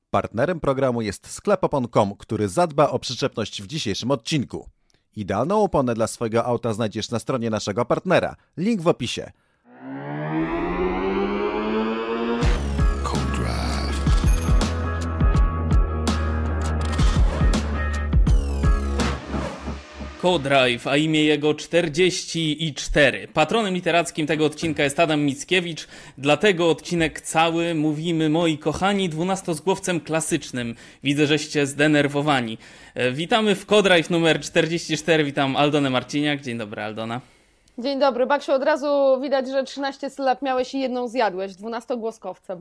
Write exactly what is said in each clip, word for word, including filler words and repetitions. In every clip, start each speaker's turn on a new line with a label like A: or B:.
A: Partnerem programu jest sklep opon kropka com, który zadba o przyczepność w dzisiejszym odcinku. Idealną oponę dla swojego auta znajdziesz na stronie naszego partnera. Link w opisie.
B: Co-Drive, a imię jego czterdzieści cztery. Patronem literackim tego odcinka jest Adam Mickiewicz. Dlatego odcinek cały mówimy, moi kochani, dwunastozgłowcem klasycznym. Widzę, żeście zdenerwowani. Witamy w Co-Drive numer czterdzieści cztery. Witam Aldonę Marciniak. Dzień dobry, Aldona.
C: Dzień dobry. Baksiu, od razu widać, że trzynaście sylab miałeś i jedną zjadłeś. Dwunastogłoskowcem.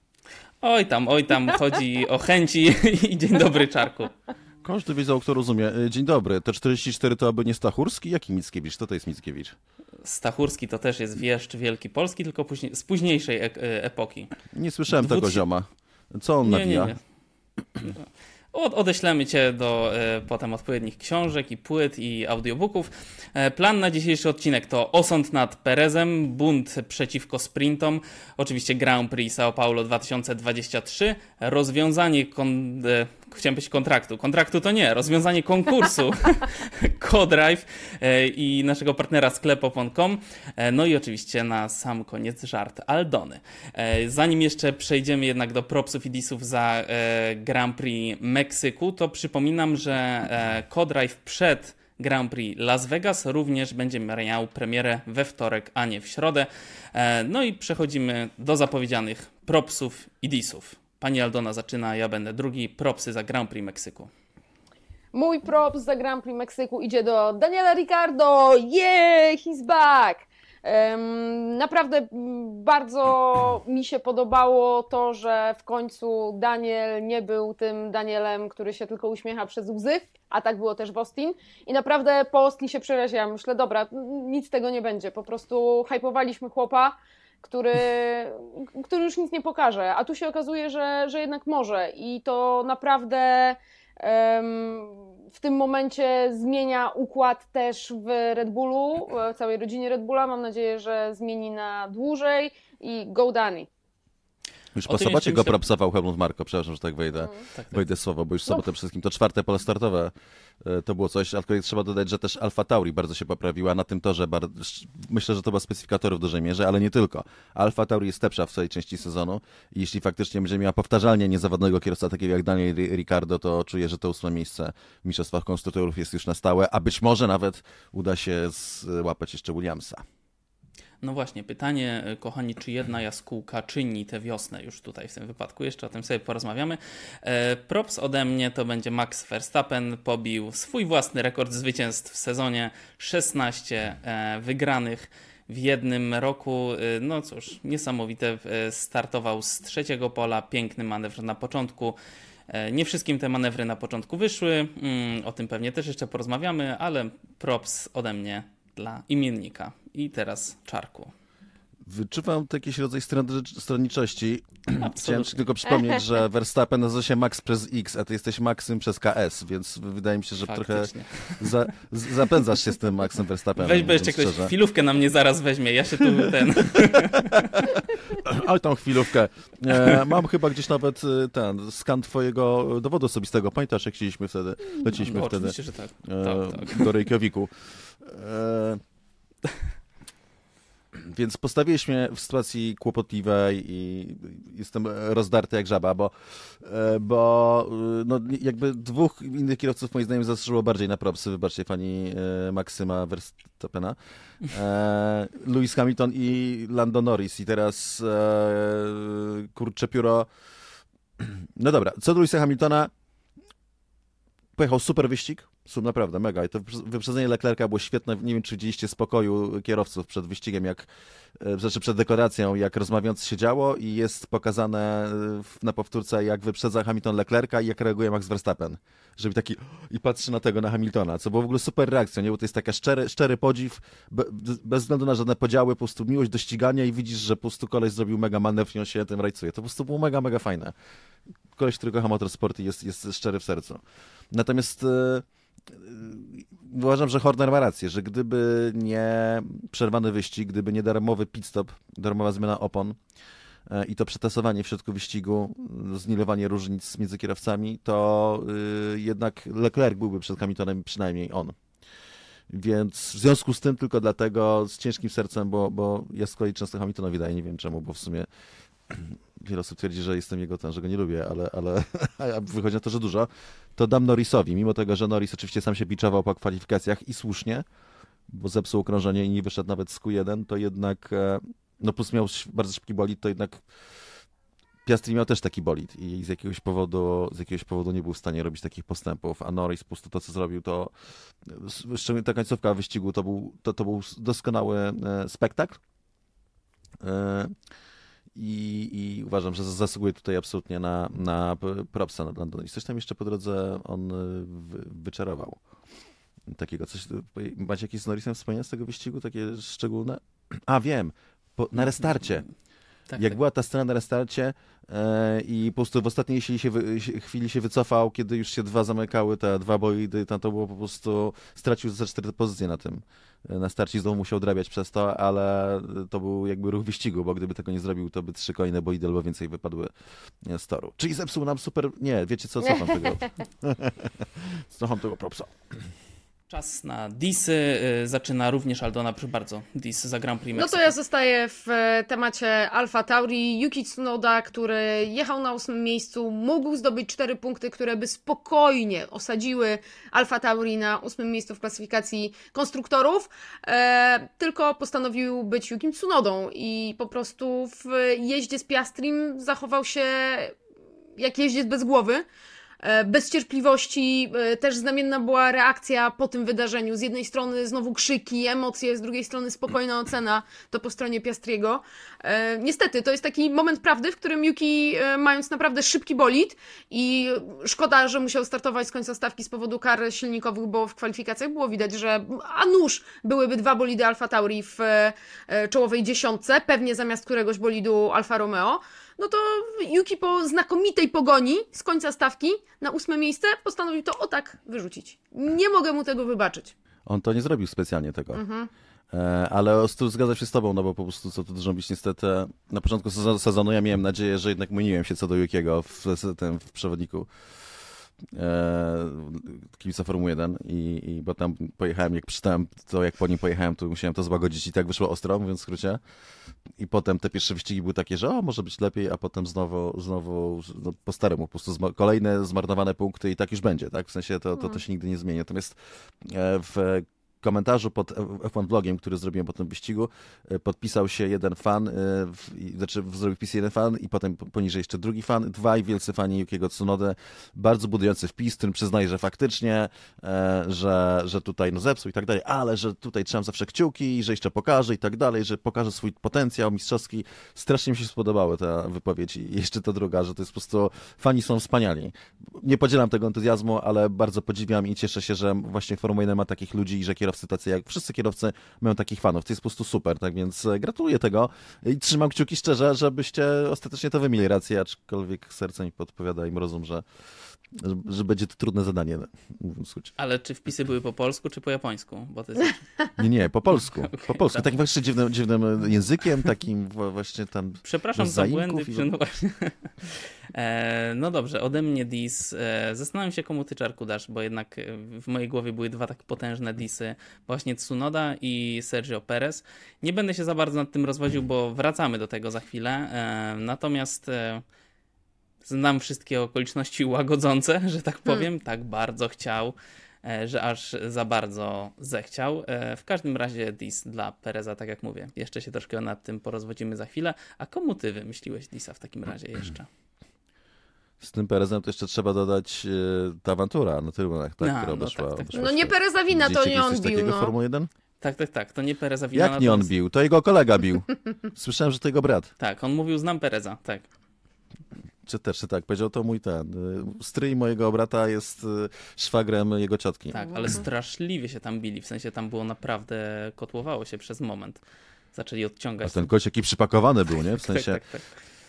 B: Oj tam, oj tam, chodzi o chęci i dzień dobry, Czarku.
A: Każdy wiedział, kto rozumie. Dzień dobry. Te czterdzieści cztery to aby nie Stachurski? Jaki Mickiewicz? Co to jest Mickiewicz?
B: Stachurski to też jest wieszcz Wielki Polski, tylko później, z późniejszej e- epoki.
A: Nie słyszałem
B: Dwucy...
A: tego zioma. Co on
B: nie,
A: nawija?
B: Nie, nie. Od, odeślemy cię do e, potem odpowiednich książek i płyt i audiobooków. E, plan na dzisiejszy odcinek to osąd nad Perezem, bunt przeciwko sprintom, oczywiście Grand Prix São Paulo dwa tysiące dwadzieścia trzy, rozwiązanie kon, e, chciałem powiedzieć kontraktu, kontraktu to nie, rozwiązanie konkursu Co-Drive e, i naszego partnera sklep opon kropka com, e, no i oczywiście na sam koniec żart Aldony. E, zanim jeszcze przejdziemy jednak do propsów i disów za e, Grand Prix Meksyku, to przypominam, że e, Co-Drive przed Grand Prix Las Vegas również będzie miał premierę we wtorek, a nie w środę. E, no i przechodzimy do zapowiedzianych propsów i disów. Pani Aldona zaczyna, ja będę drugi. Propsy za Grand Prix Meksyku.
C: Mój props za Grand Prix Meksyku idzie do Daniela Ricciardo. Yeah, he's back! Um, naprawdę bardzo mi się podobało to, że w końcu Daniel nie był tym Danielem, który się tylko uśmiecha przez łzy, a tak było też w Austin. I naprawdę po Austin się przeraziłam. Myślę, dobra, nic z tego nie będzie. Po prostu hypowaliśmy chłopa, który, który już nic nie pokaże, a tu się okazuje, że, że jednak może i to naprawdę um, w tym momencie zmienia układ też w Red Bullu, w całej rodzinie Red Bulla. Mam nadzieję, że zmieni na dłużej i go Dani.
A: Już po sobocie go myślę... propsował Helmut Marko, przepraszam, że tak wejdę, mm. tak, tak. wejdę słowo, bo już w sobotę przede wszystkim to czwarte pole startowe to było coś, ale trzeba dodać, że też Alfa Tauri bardzo się poprawiła na tym torze, bardzo, myślę, że to była specyfikatorów w dużej mierze, ale nie tylko. Alfa Tauri jest lepsza w całej części sezonu i jeśli faktycznie będzie miała powtarzalnie niezawodnego kierowca takiego jak Daniel Ricciardo, to czuję, że to ósme miejsce w mistrzostwach konstruktorów jest już na stałe, a być może nawet uda się złapać jeszcze Williamsa.
B: No właśnie, pytanie, kochani, czy jedna jaskółka czyni tę wiosnę już tutaj w tym wypadku? Jeszcze o tym sobie porozmawiamy. E, props ode mnie to będzie Max Verstappen, pobił swój własny rekord zwycięstw w sezonie, szesnaście e, wygranych w jednym roku. E, no cóż, niesamowite, e, startował z trzeciego pola, piękny manewr na początku. E, nie wszystkim te manewry na początku wyszły, mm, o tym pewnie też jeszcze porozmawiamy, ale props ode mnie dla imiennika. I teraz Czarku.
A: Wyczuwam jakiś rodzaj stronniczości. Chciałem ci tylko przypomnieć, że Verstappen nazywa się Max przez X, a ty jesteś Maxym przez K S, więc wydaje mi się, że
B: Faktycznie.
A: trochę za, zapędzasz się z tym Maxem Verstappenem.
B: Weź, bo jeszcze ktoś szczerze. chwilówkę na mnie zaraz weźmie, ja się tu ten...
A: Ale tą chwilówkę. E, mam chyba gdzieś nawet ten skan twojego dowodu osobistego. Pamiętasz, jak chcieliśmy wtedy? Leciliśmy
B: no,
A: wtedy
B: oczywiście, że tak.
A: E,
B: tak, tak.
A: do Reykjaviku. E, Więc postawiłeś mnie w sytuacji kłopotliwej i jestem rozdarty jak żaba, bo, bo no, jakby dwóch innych kierowców moim zdaniem zasłużyło bardziej na propsy, wybaczcie pani Maksyma Verstappena, e, Lewis Hamilton i Lando Norris i teraz e, kurczę pióro, no dobra, co do Lewisa Hamiltona, pojechał super wyścig, Sum naprawdę mega. I to wyprzedzenie Leclerca było świetne. Nie wiem, czy widzieliście spokoju kierowców przed wyścigiem, jak, znaczy przed deklaracją, jak rozmawiając się działo i jest pokazane na powtórce, jak wyprzedza Hamilton Leclerca i jak reaguje Max Verstappen. Żeby taki i patrzy na tego, na Hamiltona, co było w ogóle super reakcją, nie? Bo to jest taka szczery, szczery podziw, be, bez względu na żadne podziały, po prostu miłość do ścigania i widzisz, że po prostu koleś zrobił mega manewr i on się tym rajcuje. To po prostu było mega, mega fajne. Koleś, który kocha motorsport i jest, jest szczery w sercu. Natomiast yy, uważam, że Horner ma rację, że gdyby nie przerwany wyścig, gdyby nie darmowy pit stop, darmowa zmiana opon, i to przetasowanie w środku wyścigu, zniwelowanie różnic między kierowcami, to jednak Leclerc byłby przed Hamiltonem, przynajmniej on. Więc w związku z tym tylko dlatego z ciężkim sercem, bo, bo ja z kolei często Hamiltonowi daję, nie wiem czemu, bo w sumie wiele osób twierdzi, że jestem jego ten, że go nie lubię, ale, ale wychodzi na to, że dużo, to dam Norrisowi, mimo tego, że Norris oczywiście sam się biczował po kwalifikacjach i słusznie, bo zepsuł okrążenie i nie wyszedł nawet z Q jeden, to jednak, no plus miał bardzo szybki bolid, to jednak Piastri miał też taki bolid i z jakiegoś powodu, z jakiegoś powodu nie był w stanie robić takich postępów, a Norris po prostu to, co zrobił, to szczególnie ta końcówka wyścigu, to był, to, to był doskonały spektakl. I, i uważam, że zasługuje tutaj absolutnie na, na propsa na London. I coś tam jeszcze po drodze on wy, wyczarował. Takiego coś. Macie jakieś z Norrisem wspomnienia z tego wyścigu? Takie szczególne? A, wiem. Po, na restarcie.
B: Tak,
A: Jak
B: tak.
A: była ta scena na restarcie e, i po prostu w ostatniej chwili się, wy, chwili się wycofał, kiedy już się dwa zamykały, te dwa bolidy, tam to było po prostu, stracił ze cztery pozycje na tym. Na starcie znowu musiał odrabiać przez to, ale to był jakby ruch wyścigu, bo gdyby tego nie zrobił, to by trzy kolejne bolidy albo więcej wypadły z toru. Czyli zepsuł nam super... Nie, wiecie co, cofam tego. Cofam tego propsa.
B: Czas na disy. Zaczyna również Aldona, proszę bardzo. Dis za Grand Prix
C: No
B: Meksyku.
C: to ja zostaję w temacie Alfa Tauri. Yuki Tsunoda, który jechał na ósmym miejscu, mógł zdobyć cztery punkty, które by spokojnie osadziły Alfa Tauri na ósmym miejscu w klasyfikacji konstruktorów, e, tylko postanowił być Yukim Tsunodą i po prostu w jeździe z Piastrim zachował się jak jeździec bez głowy. Bez cierpliwości, też znamienna była reakcja po tym wydarzeniu. Z jednej strony znowu krzyki, emocje, z drugiej strony spokojna ocena, to po stronie Piastriego. E, niestety, to jest taki moment prawdy, w którym Yuki, e, mając naprawdę szybki bolid i szkoda, że musiał startować z końca stawki z powodu kar silnikowych, bo w kwalifikacjach było widać, że a nuż byłyby dwa bolidy Alfa Tauri w e, czołowej dziesiątce, pewnie zamiast któregoś bolidu Alfa Romeo. No to Yuki po znakomitej pogoni z końca stawki na ósme miejsce postanowił to o tak wyrzucić. Nie mogę mu tego wybaczyć.
A: On to nie zrobił specjalnie tego.
C: Mhm.
A: E, ale tu zgadzam się z tobą, no bo po prostu co tu dużo mówić, niestety na początku sezonu ja miałem nadzieję, że jednak myliłem się co do Yukiego w, tym, w przewodniku e, kibica Formuły jeden i, i bo tam pojechałem, jak przeczytałem to, jak po nim pojechałem, to musiałem to złagodzić i tak wyszło ostro, mówiąc w skrócie. I potem te pierwsze wyścigi były takie, że o, może być lepiej, a potem znowu, znowu no, po staremu, po prostu zma- kolejne zmarnowane punkty i tak już będzie, tak? W sensie to, to, to się nigdy nie zmieni. Natomiast e, w komentarzu pod F jeden Vlogiem, który zrobiłem po tym wyścigu, podpisał się jeden fan, znaczy zrobił wpis jeden fan i potem poniżej jeszcze drugi fan, dwaj wielcy fani Yukiego Tsunodę, bardzo budujący wpis, którym przyznaje, że faktycznie, że, że tutaj no zepsuł i tak dalej, ale że tutaj trzymam zawsze kciuki, że jeszcze pokaże i tak dalej, że pokaże swój potencjał mistrzowski. Strasznie mi się spodobały te wypowiedzi. I jeszcze ta druga, że to jest po prostu, fani są wspaniali. Nie podzielam tego entuzjazmu, ale bardzo podziwiam i cieszę się, że właśnie Formuła jeden ma takich ludzi i że kierowcy tacy jak wszyscy kierowcy mają takich fanów. To jest po prostu super, tak więc gratuluję tego i trzymam kciuki szczerze, żebyście ostatecznie to wy mieli rację, aczkolwiek serce mi podpowiada im rozum, że, że, że będzie to trudne zadanie. Mówiąc w skrócie.
B: Ale czy wpisy były po polsku, czy po japońsku? Bo to jest...
A: Nie, nie, po polsku.
B: Okay,
A: po polsku.
B: tak.
A: Takim właśnie dziwnym, dziwnym językiem, takim właśnie tam.
B: Przepraszam za błędy.
A: I...
B: No, właśnie. e, no dobrze, ode mnie dis. E, zastanawiam się, komu ty, Czarku, dasz, bo jednak w mojej głowie były dwa tak potężne disy. Właśnie Tsunoda i Sergio Perez. Nie będę się za bardzo nad tym rozwodził, bo wracamy do tego za chwilę. E, natomiast e, znam wszystkie okoliczności łagodzące, że tak powiem. Hmm. Tak bardzo chciał, że aż za bardzo zechciał. W każdym razie dis dla Pereza, tak jak mówię. Jeszcze się troszkę nad tym porozwodzimy za chwilę. A komu ty wymyśliłeś disa w takim razie jeszcze?
A: Z tym Perezem to jeszcze trzeba dodać e, ta awantura na trybunach, tak,
B: no,
A: która
B: no,
A: odeszła.
B: tak, tak.
C: No nie Pereza wina, to nie on bił. No.
A: Formuły jeden?
B: Tak, tak, tak. To nie Pereza wina.
A: Jak nie on bił? To jego kolega bił. Słyszałem, że to jego brat.
B: Tak, on mówił, znam Pereza, tak.
A: Czy też, czy tak, powiedział to mój ten. Stryj mojego brata jest szwagrem jego ciotki.
B: Tak, ale straszliwie się tam bili, w sensie tam było naprawdę, kotłowało się przez moment. Zaczęli odciągać.
A: A ten kość jaki przypakowany był, nie? W sensie...
B: tak, tak, tak.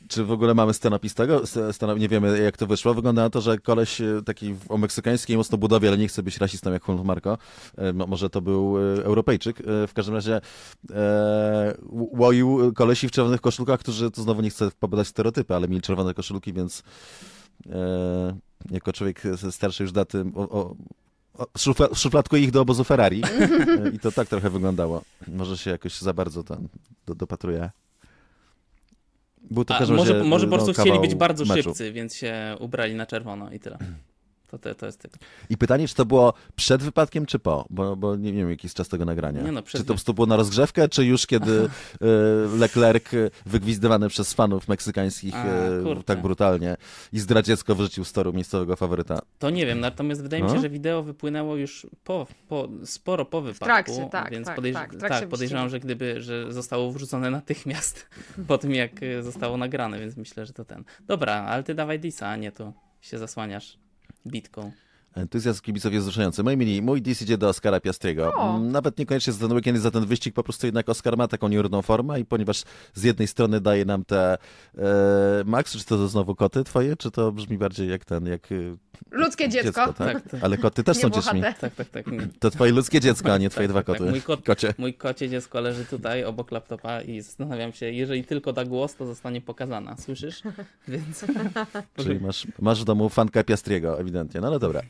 A: czy w ogóle mamy scenopis tego? Scenop... Nie wiemy, jak to wyszło. Wygląda na to, że koleś taki o meksykańskiej mocno budowie, ale nie chce być rasistą jak Helmut Marko. Może to był Europejczyk. W każdym razie e, łoił kolesi w czerwonych koszulkach, którzy, to znowu nie chcę popadać w stereotypy, ale mieli czerwone koszulki, więc e, jako człowiek ze starszej już daty o, o, Szufla, szufladkuję ich do obozu Ferrari i to tak trochę wyglądało. Może się jakoś za bardzo tam do, dopatruję. Był to
B: A,
A: może,
B: może, może po
A: no,
B: prostu chcieli być bardzo
A: meczu.
B: szybcy, więc się ubrali na czerwono i tyle. To, to, to jest tylko.
A: I pytanie, czy to było przed wypadkiem, czy po? Bo, bo nie, nie wiem, jaki jest czas tego nagrania.
B: Nie no,
A: czy to po prostu było na rozgrzewkę, czy już kiedy Leclerc, wygwizdywany przez fanów meksykańskich
B: A,
A: tak brutalnie i zdradziecko wrzucił z toru miejscowego faworyta?
B: To nie wiem, natomiast wydaje mi się,
A: no?
B: że wideo wypłynęło już po, po, sporo po wypadku.
C: W trakcie, tak,
B: więc
C: tak,
B: podejrz-
C: tak, w trakcie
B: tak podejrzewam, że gdyby, że zostało wrzucone natychmiast po tym, jak zostało nagrane, więc myślę, że to ten. Dobra, ale ty dawaj disa, a nie tu się zasłaniasz bitką.
A: Entuzjazm kibiców jest wzruszający. Moi mili, mój dis idzie do Oscara Piastriego.
C: O.
A: Nawet niekoniecznie za ten weekend i za ten wyścig, po prostu jednak Oscar ma taką nieurną formę i ponieważ z jednej strony daje nam te... E, Max, czy to znowu koty twoje, czy to brzmi bardziej jak ten, jak...
C: Ludzkie dziecko.
A: dziecko tak?
B: Tak, tak.
A: Ale koty też
C: Nie
A: są
C: włochate.
A: dziećmi.
B: Tak, tak, tak.
A: To twoje ludzkie dziecko, a nie twoje
B: Tak,
A: dwa
B: tak,
A: koty.
B: tak. Mój, kot,
A: Kocie.
B: mój kocie dziecko leży tutaj obok laptopa i zastanawiam się, jeżeli tylko da głos, to zostanie pokazana. Słyszysz? Więc...
A: Czyli masz, masz w domu fankę Piastriego, ewidentnie. No ale dobra.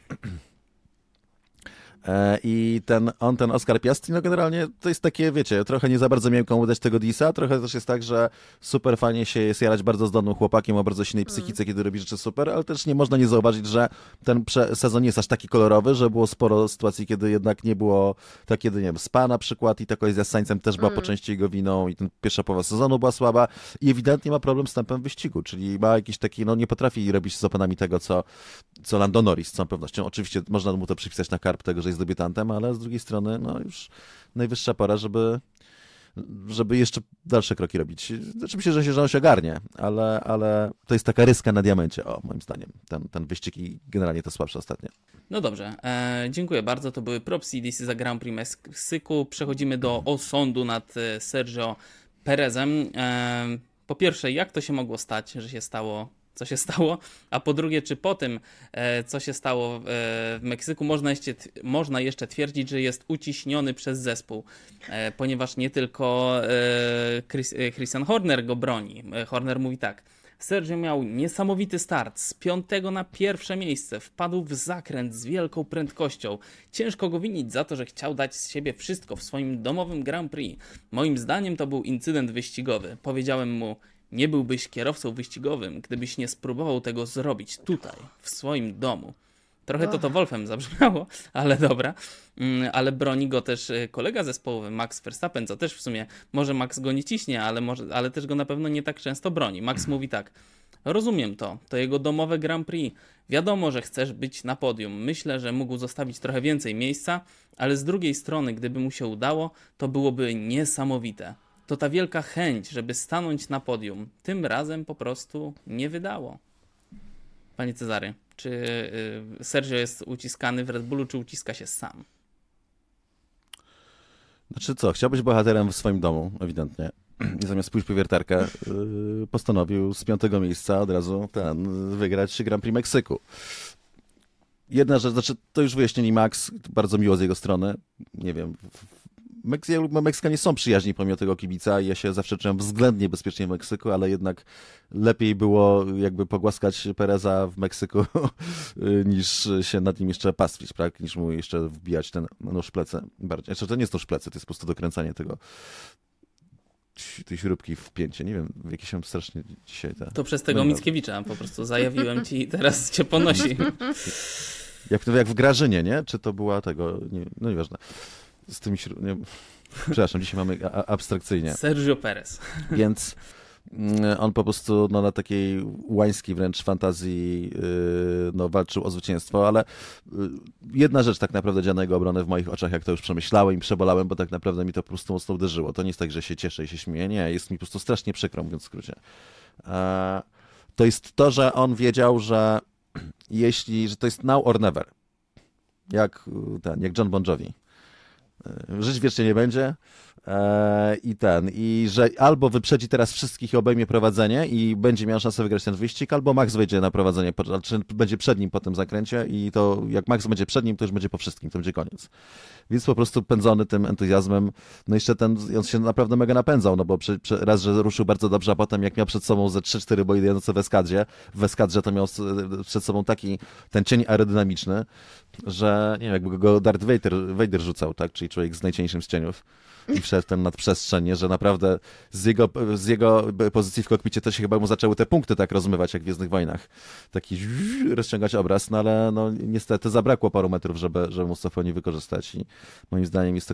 A: I ten, on, ten Oscar Piastri, no generalnie to jest takie, wiecie, trochę nie za bardzo miałem komu dać tego disa, trochę też jest tak, że super fajnie się jest jarać bardzo zdolnym chłopakiem o bardzo silnej psychice, mm. kiedy robi rzeczy super, ale też nie można nie zauważyć, że ten prze- sezon nie jest aż taki kolorowy, że było sporo sytuacji, kiedy jednak nie było, tak kiedy, nie wiem, Spa na przykład i ta kolizja z Sainzem też była mm. po części jego winą i ten pierwsza połowa sezonu była słaba i ewidentnie ma problem z tempem wyścigu, czyli ma jakiś taki, no nie potrafi robić z oponami tego, co, co Lando Norris z całą pewnością. Oczywiście można mu to przypisać na karb tego, że jest debiutantem, ale z drugiej strony no już najwyższa pora, żeby, żeby jeszcze dalsze kroki robić. Oczywiście, że się, że on się ogarnie, ale, ale to jest taka ryska na diamencie, o, moim zdaniem. Ten, ten wyścig i generalnie to słabsze ostatnie.
B: No dobrze, e, dziękuję bardzo. To były propsy i disy za Grand Prix Meksyku. Przechodzimy do osądu nad Sergio Perezem. E, po pierwsze, jak to się mogło stać, że się stało co się stało, a po drugie, czy po tym, co się stało w Meksyku, można jeszcze, można jeszcze twierdzić, że jest uciśniony przez zespół, ponieważ nie tylko Chris, Christian Horner go broni. Horner mówi tak: Sergio miał niesamowity start, z piątego na pierwsze miejsce, wpadł w zakręt z wielką prędkością. Ciężko go winić za to, że chciał dać z siebie wszystko w swoim domowym Grand Prix. Moim zdaniem to był incydent wyścigowy. Powiedziałem mu: nie byłbyś kierowcą wyścigowym, gdybyś nie spróbował tego zrobić tutaj, w swoim domu. Trochę to to Wolfem zabrzmiało, ale dobra. Ale broni go też kolega zespołowy, Max Verstappen, co też w sumie, może Max go nie ciśnie, ale, może, ale też go na pewno nie tak często broni. Max mówi tak: rozumiem to, to jego domowe Grand Prix. Wiadomo, że chcesz być na podium. Myślę, że mógł zostawić trochę więcej miejsca, ale z drugiej strony, gdyby mu się udało, to byłoby niesamowite. To ta wielka chęć, żeby stanąć na podium, tym razem po prostu nie wydało. Panie Cezary, czy y, Sergio jest uciskany w Red Bullu, czy uciska się sam?
A: Znaczy co, chciał być bohaterem w swoim domu, ewidentnie. I zamiast pójść po wiertarkę, yy, postanowił z piątego miejsca od razu ten, wygrać Grand Prix Meksyku. Jedna rzecz, znaczy to już wyjaśnili Max, bardzo miło z jego strony, nie wiem, Meks- Meksykanie są przyjaźni pomimo tego kibica i ja się zawsze czułem względnie bezpiecznie w Meksyku, ale jednak lepiej było jakby pogłaskać Pereza w Meksyku niż się nad nim jeszcze pastwić, tak? Niż mu jeszcze wbijać ten nóż w plecy bardziej. Znaczy to nie jest nóż w plecy, to jest po prostu dokręcanie tego tej śrubki w pięcie. Nie wiem, w jakiś mam strasznie dzisiaj te...
B: To przez tego Mickiewicza po prostu zajawiłem ci i teraz cię ponosi.
A: Jak, jak w Grażynie, nie? Czy to była tego... Nie, no nieważne. Z tymi śrub... nie, przepraszam, dzisiaj mamy a, abstrakcyjnie.
B: Sergio Perez.
A: Więc on po prostu no, na takiej łańskiej wręcz fantazji yy, no, walczył o zwycięstwo, ale yy, jedna rzecz tak naprawdę działa na jego obronę w moich oczach, jak to już przemyślałem i przebolałem, bo tak naprawdę mi to po prostu mocno uderzyło. To nie jest tak, że się cieszę i się śmieję, nie, jest mi po prostu strasznie przykro, mówiąc w skrócie. Eee, to jest to, że on wiedział, że jeśli, że to jest now or never. Jak ten, jak John Bon Jovi. Żyć wiecznie nie będzie, E, I ten, i że albo wyprzedzi teraz wszystkich i obejmie prowadzenie i będzie miał szansę wygrać ten wyścig, albo Max wejdzie na prowadzenie, czy będzie przed nim po tym zakręcie i to jak Max będzie przed nim, to już będzie po wszystkim, to będzie koniec. Więc po prostu pędzony tym entuzjazmem, no jeszcze ten, on się naprawdę mega napędzał, no bo przy, przy, raz, że ruszył bardzo dobrze, a potem jak miał przed sobą ze trzy cztery bolidy jadące w eskadrze, w eskadrze to miał przed sobą taki ten cień aerodynamiczny, że nie wiem, jakby go Darth Vader, Vader rzucał, tak, czyli człowiek z najcieńszym z cieniów. I wszedł ten nadprzestrzeń, że naprawdę z jego, z jego pozycji w kokpicie to się chyba mu zaczęły te punkty tak rozmywać, jak w Gwiezdnych Wojnach. Taki rozciągać obraz, no ale no, niestety zabrakło paru metrów, żeby, żeby móc to w pełni wykorzystać i moim zdaniem jest to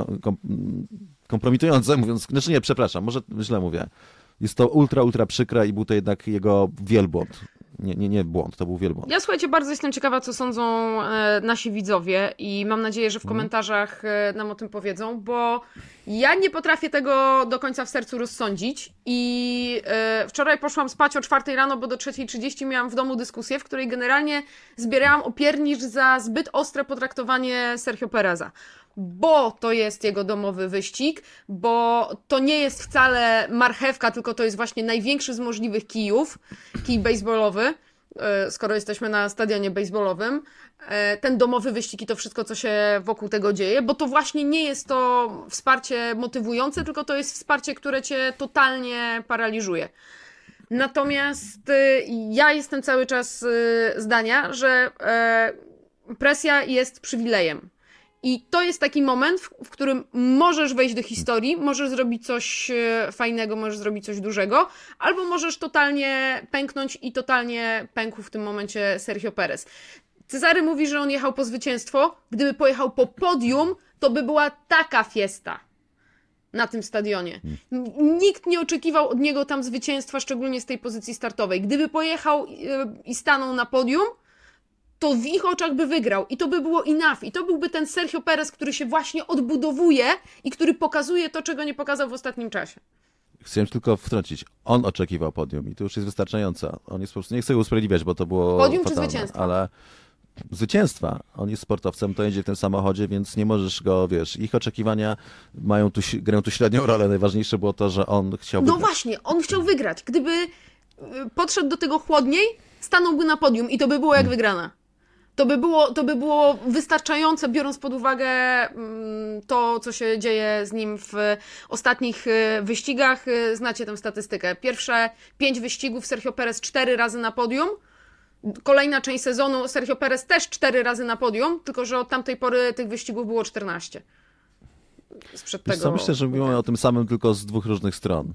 A: kompromitujące, mówiąc, znaczy nie, przepraszam, może źle mówię. Jest to ultra, ultra przykre i był to jednak jego wielbłąd. Nie, nie, nie błąd, to był wielbłąd.
C: Ja słuchajcie, bardzo jestem ciekawa, co sądzą e, nasi widzowie i mam nadzieję, że w komentarzach e, nam o tym powiedzą, bo ja nie potrafię tego do końca w sercu rozsądzić i e, wczoraj poszłam spać o czwartej rano, bo do trzeciej trzydzieści miałam w domu dyskusję, w której generalnie zbierałam opiernicz za zbyt ostre potraktowanie Sergio Pereza. Bo to jest jego domowy wyścig, bo to nie jest wcale marchewka, tylko to jest właśnie największy z możliwych kijów, kij baseballowy, skoro jesteśmy na stadionie baseballowym, ten domowy wyścig i to wszystko, co się wokół tego dzieje, bo to właśnie nie jest to wsparcie motywujące, tylko to jest wsparcie, które cię totalnie paraliżuje. Natomiast ja jestem cały czas zdania, że presja jest przywilejem. I to jest taki moment, w, w którym możesz wejść do historii, możesz zrobić coś fajnego, możesz zrobić coś dużego, albo możesz totalnie pęknąć i totalnie pękł w tym momencie Sergio Perez. Cezary mówi, że on jechał po zwycięstwo. Gdyby pojechał po podium, to by była taka fiesta na tym stadionie. Nikt nie oczekiwał od niego tam zwycięstwa, szczególnie z tej pozycji startowej. Gdyby pojechał i stanął na podium, to w ich oczach by wygrał i to by było enough. I to byłby ten Sergio Perez, który się właśnie odbudowuje i który pokazuje to, czego nie pokazał w ostatnim czasie.
A: Chciałem tylko wtrącić. On oczekiwał podium i to już jest wystarczające. On jest po prostu, nie chcę go usprawiedliwiać, bo to było
C: podium
A: fatalne,
C: czy zwycięstwo?
A: Ale zwycięstwa. On jest sportowcem, to jedzie w tym samochodzie, więc nie możesz go, wiesz, ich oczekiwania mają tu, grają tu średnią rolę. Najważniejsze było to, że on chciał wygrać.
C: No właśnie, on chciał wygrać. Gdyby podszedł do tego chłodniej, stanąłby na podium i to by było jak wygrana. To by było, to by było wystarczające, biorąc pod uwagę to, co się dzieje z nim w ostatnich wyścigach. Znacie tę statystykę. Pierwsze pięć wyścigów Sergio Perez cztery razy na podium. Kolejna część sezonu Sergio Perez też cztery razy na podium, tylko że od tamtej pory tych wyścigów było czternaście. Sprzed
A: Wiesz
C: tego...
A: co, myślę, że mówimy o tym samym, tylko z dwóch różnych stron.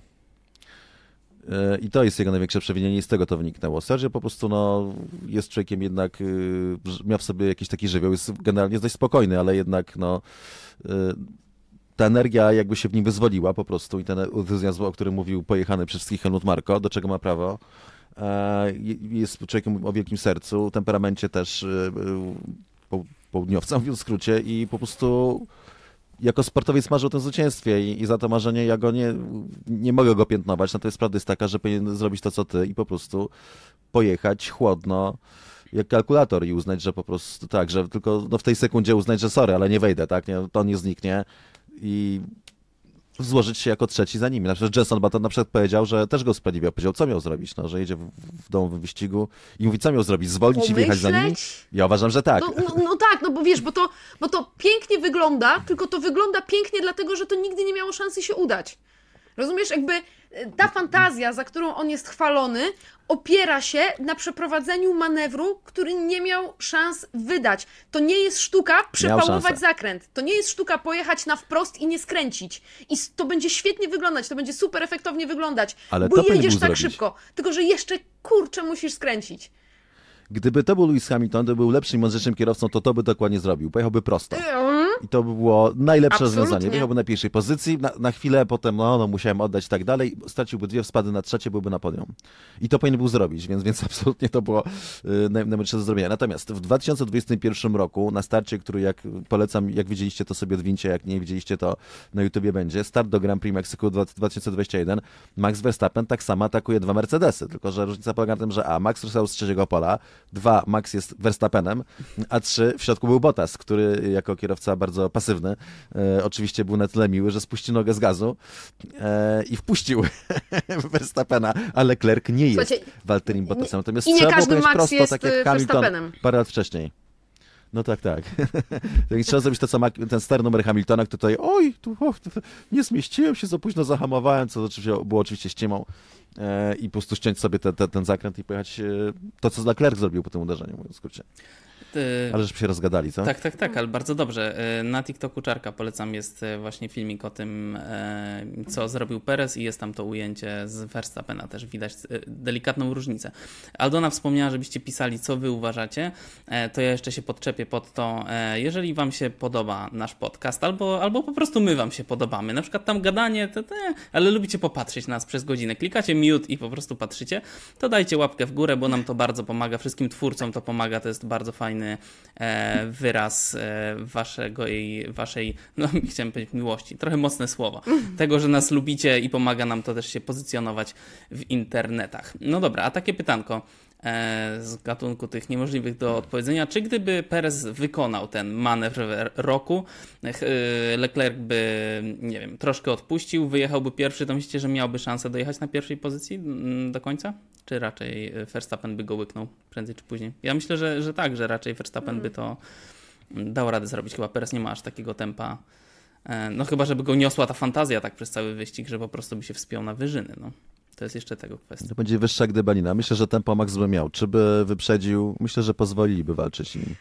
A: I to jest jego największe przewinienie i z tego to wyniknęło. Sergio po prostu no, jest człowiekiem jednak, yy, miał w sobie jakiś taki żywioł, jest generalnie dość spokojny, ale jednak no, yy, ta energia jakby się w nim wyzwoliła po prostu i ten entuzjazm, o którym mówił pojechany przez wszystkich Helmut Marko, do czego ma prawo, yy, jest człowiekiem o wielkim sercu, temperamencie też yy, południowca, mówiąc w skrócie i po prostu jako sportowiec marzy o tym zwycięstwie i, i za to marzenie ja go nie, nie mogę go piętnować, natomiast prawda jest taka, że powinien zrobić to, co ty i po prostu pojechać chłodno jak kalkulator i uznać, że po prostu tak, że tylko no w tej sekundzie uznać, że sorry, ale nie wejdę, tak, nie, to nie zniknie i złożyć się jako trzeci za nimi. Na przykład Jenson Button na przykład powiedział, że też go usprawiedliwiał. Powiedział, co miał zrobić, no, że jedzie w, w domowym wyścigu i mówi, co miał zrobić, zwolnić i wjechać za nimi? Ja uważam, że tak.
C: No, no, no tak, no bo wiesz, bo to, bo to pięknie wygląda, tylko to wygląda pięknie dlatego, że to nigdy nie miało szansy się udać. Rozumiesz, jakby ta fantazja, za którą on jest chwalony, opiera się na przeprowadzeniu manewru, który nie miał szans wydać. To nie jest sztuka przepałować zakręt. To nie jest sztuka pojechać na wprost i nie skręcić. I to będzie świetnie wyglądać, to będzie super efektownie wyglądać,
A: ale
C: bo jedziesz tak
A: zrobić.
C: szybko. Tylko że jeszcze, kurczę, musisz skręcić.
A: Gdyby to był Lewis Hamilton, to był lepszym, mądrzejszym kierowcą, to to by dokładnie zrobił. Pojechałby prosto. I to by było najlepsze
C: Absolutnie.
A: rozwiązanie. Wyjechałby na pierwszej pozycji, na, na chwilę potem, no, no musiałem oddać i tak dalej, straciłby dwie wspady na trzecie, byłby na podium. I to powinien był zrobić, więc, więc absolutnie to było y, najlepsze do zrobienia. Natomiast w dwa tysiące dwudziestym pierwszym roku, na starcie, który jak polecam, jak widzieliście, to sobie odwincie, jak nie widzieliście, to na YouTubie będzie, start do Grand Prix Meksyku dwa tysiące dwudziesty jeden, Max Verstappen tak samo atakuje dwa Mercedesy, tylko że różnica polega na tym, że a, Max ruszał z trzeciego pola, dwa, Max jest Verstappenem, a trzy, w środku był Bottas, który jako kierowca bardzo bardzo pasywny. E, oczywiście był na tyle miły, że spuścił nogę z gazu e, i wpuścił Verstappena, ale Leclerc nie jest
C: Słuchajcie,
A: Valtterim Bottasem. Natomiast
C: i nie
A: trzeba było
C: każdy
A: pojechać
C: Max
A: prosto,
C: jest
A: tak jak Hamilton
C: Verstappenem.
A: parę lat wcześniej. No tak, tak. I trzeba zrobić to, co ma ten stary numer Hamiltona, który tutaj, oj, tu, o, tu, nie zmieściłem się, za późno zahamowałem, co oczywiście było oczywiście ściemą. E, I po prostu ściąć sobie te, te, ten zakręt i pojechać e, to, co Leclerc zrobił po tym uderzeniu, mówiąc w skrócie. Ale żeśmy się rozgadali, co?
B: Tak, tak, tak, ale bardzo dobrze. Na TikToku Czarka polecam, jest właśnie filmik o tym, co zrobił Perez i jest tam to ujęcie z Verstappena, też widać delikatną różnicę. Aldona wspomniała, żebyście pisali, co wy uważacie, to ja jeszcze się podczepię pod to, jeżeli wam się podoba nasz podcast, albo, albo po prostu my wam się podobamy, na przykład tam gadanie, to, to, ale lubicie popatrzeć na nas przez godzinę, klikacie mute i po prostu patrzycie, to dajcie łapkę w górę, bo nam to bardzo pomaga, wszystkim twórcom to pomaga, to jest bardzo fajny wyraz waszego i waszej, no chciałem powiedzieć miłości, trochę mocne słowa, tego, że nas lubicie i pomaga nam to też się pozycjonować w internetach. No dobra, a takie pytanko z gatunku tych niemożliwych do odpowiedzenia, czy gdyby Perez wykonał ten manewr roku, Leclerc by, nie wiem, troszkę odpuścił, wyjechałby pierwszy, to myślicie, że miałby szansę dojechać na pierwszej pozycji do końca? Czy raczej Verstappen by go łyknął prędzej czy później? Ja myślę, że, że tak, że raczej Verstappen by to dał radę zrobić. Chyba Perez nie ma aż takiego tempa. No chyba, żeby go niosła ta fantazja tak przez cały wyścig, że po prostu by się wspiął na wyżyny. No. To jest jeszcze tego kwestia.
A: To będzie wyższa gdybanina. Myślę, że tempo Max by miał. Czy by wyprzedził? Myślę, że pozwoliliby walczyć nim.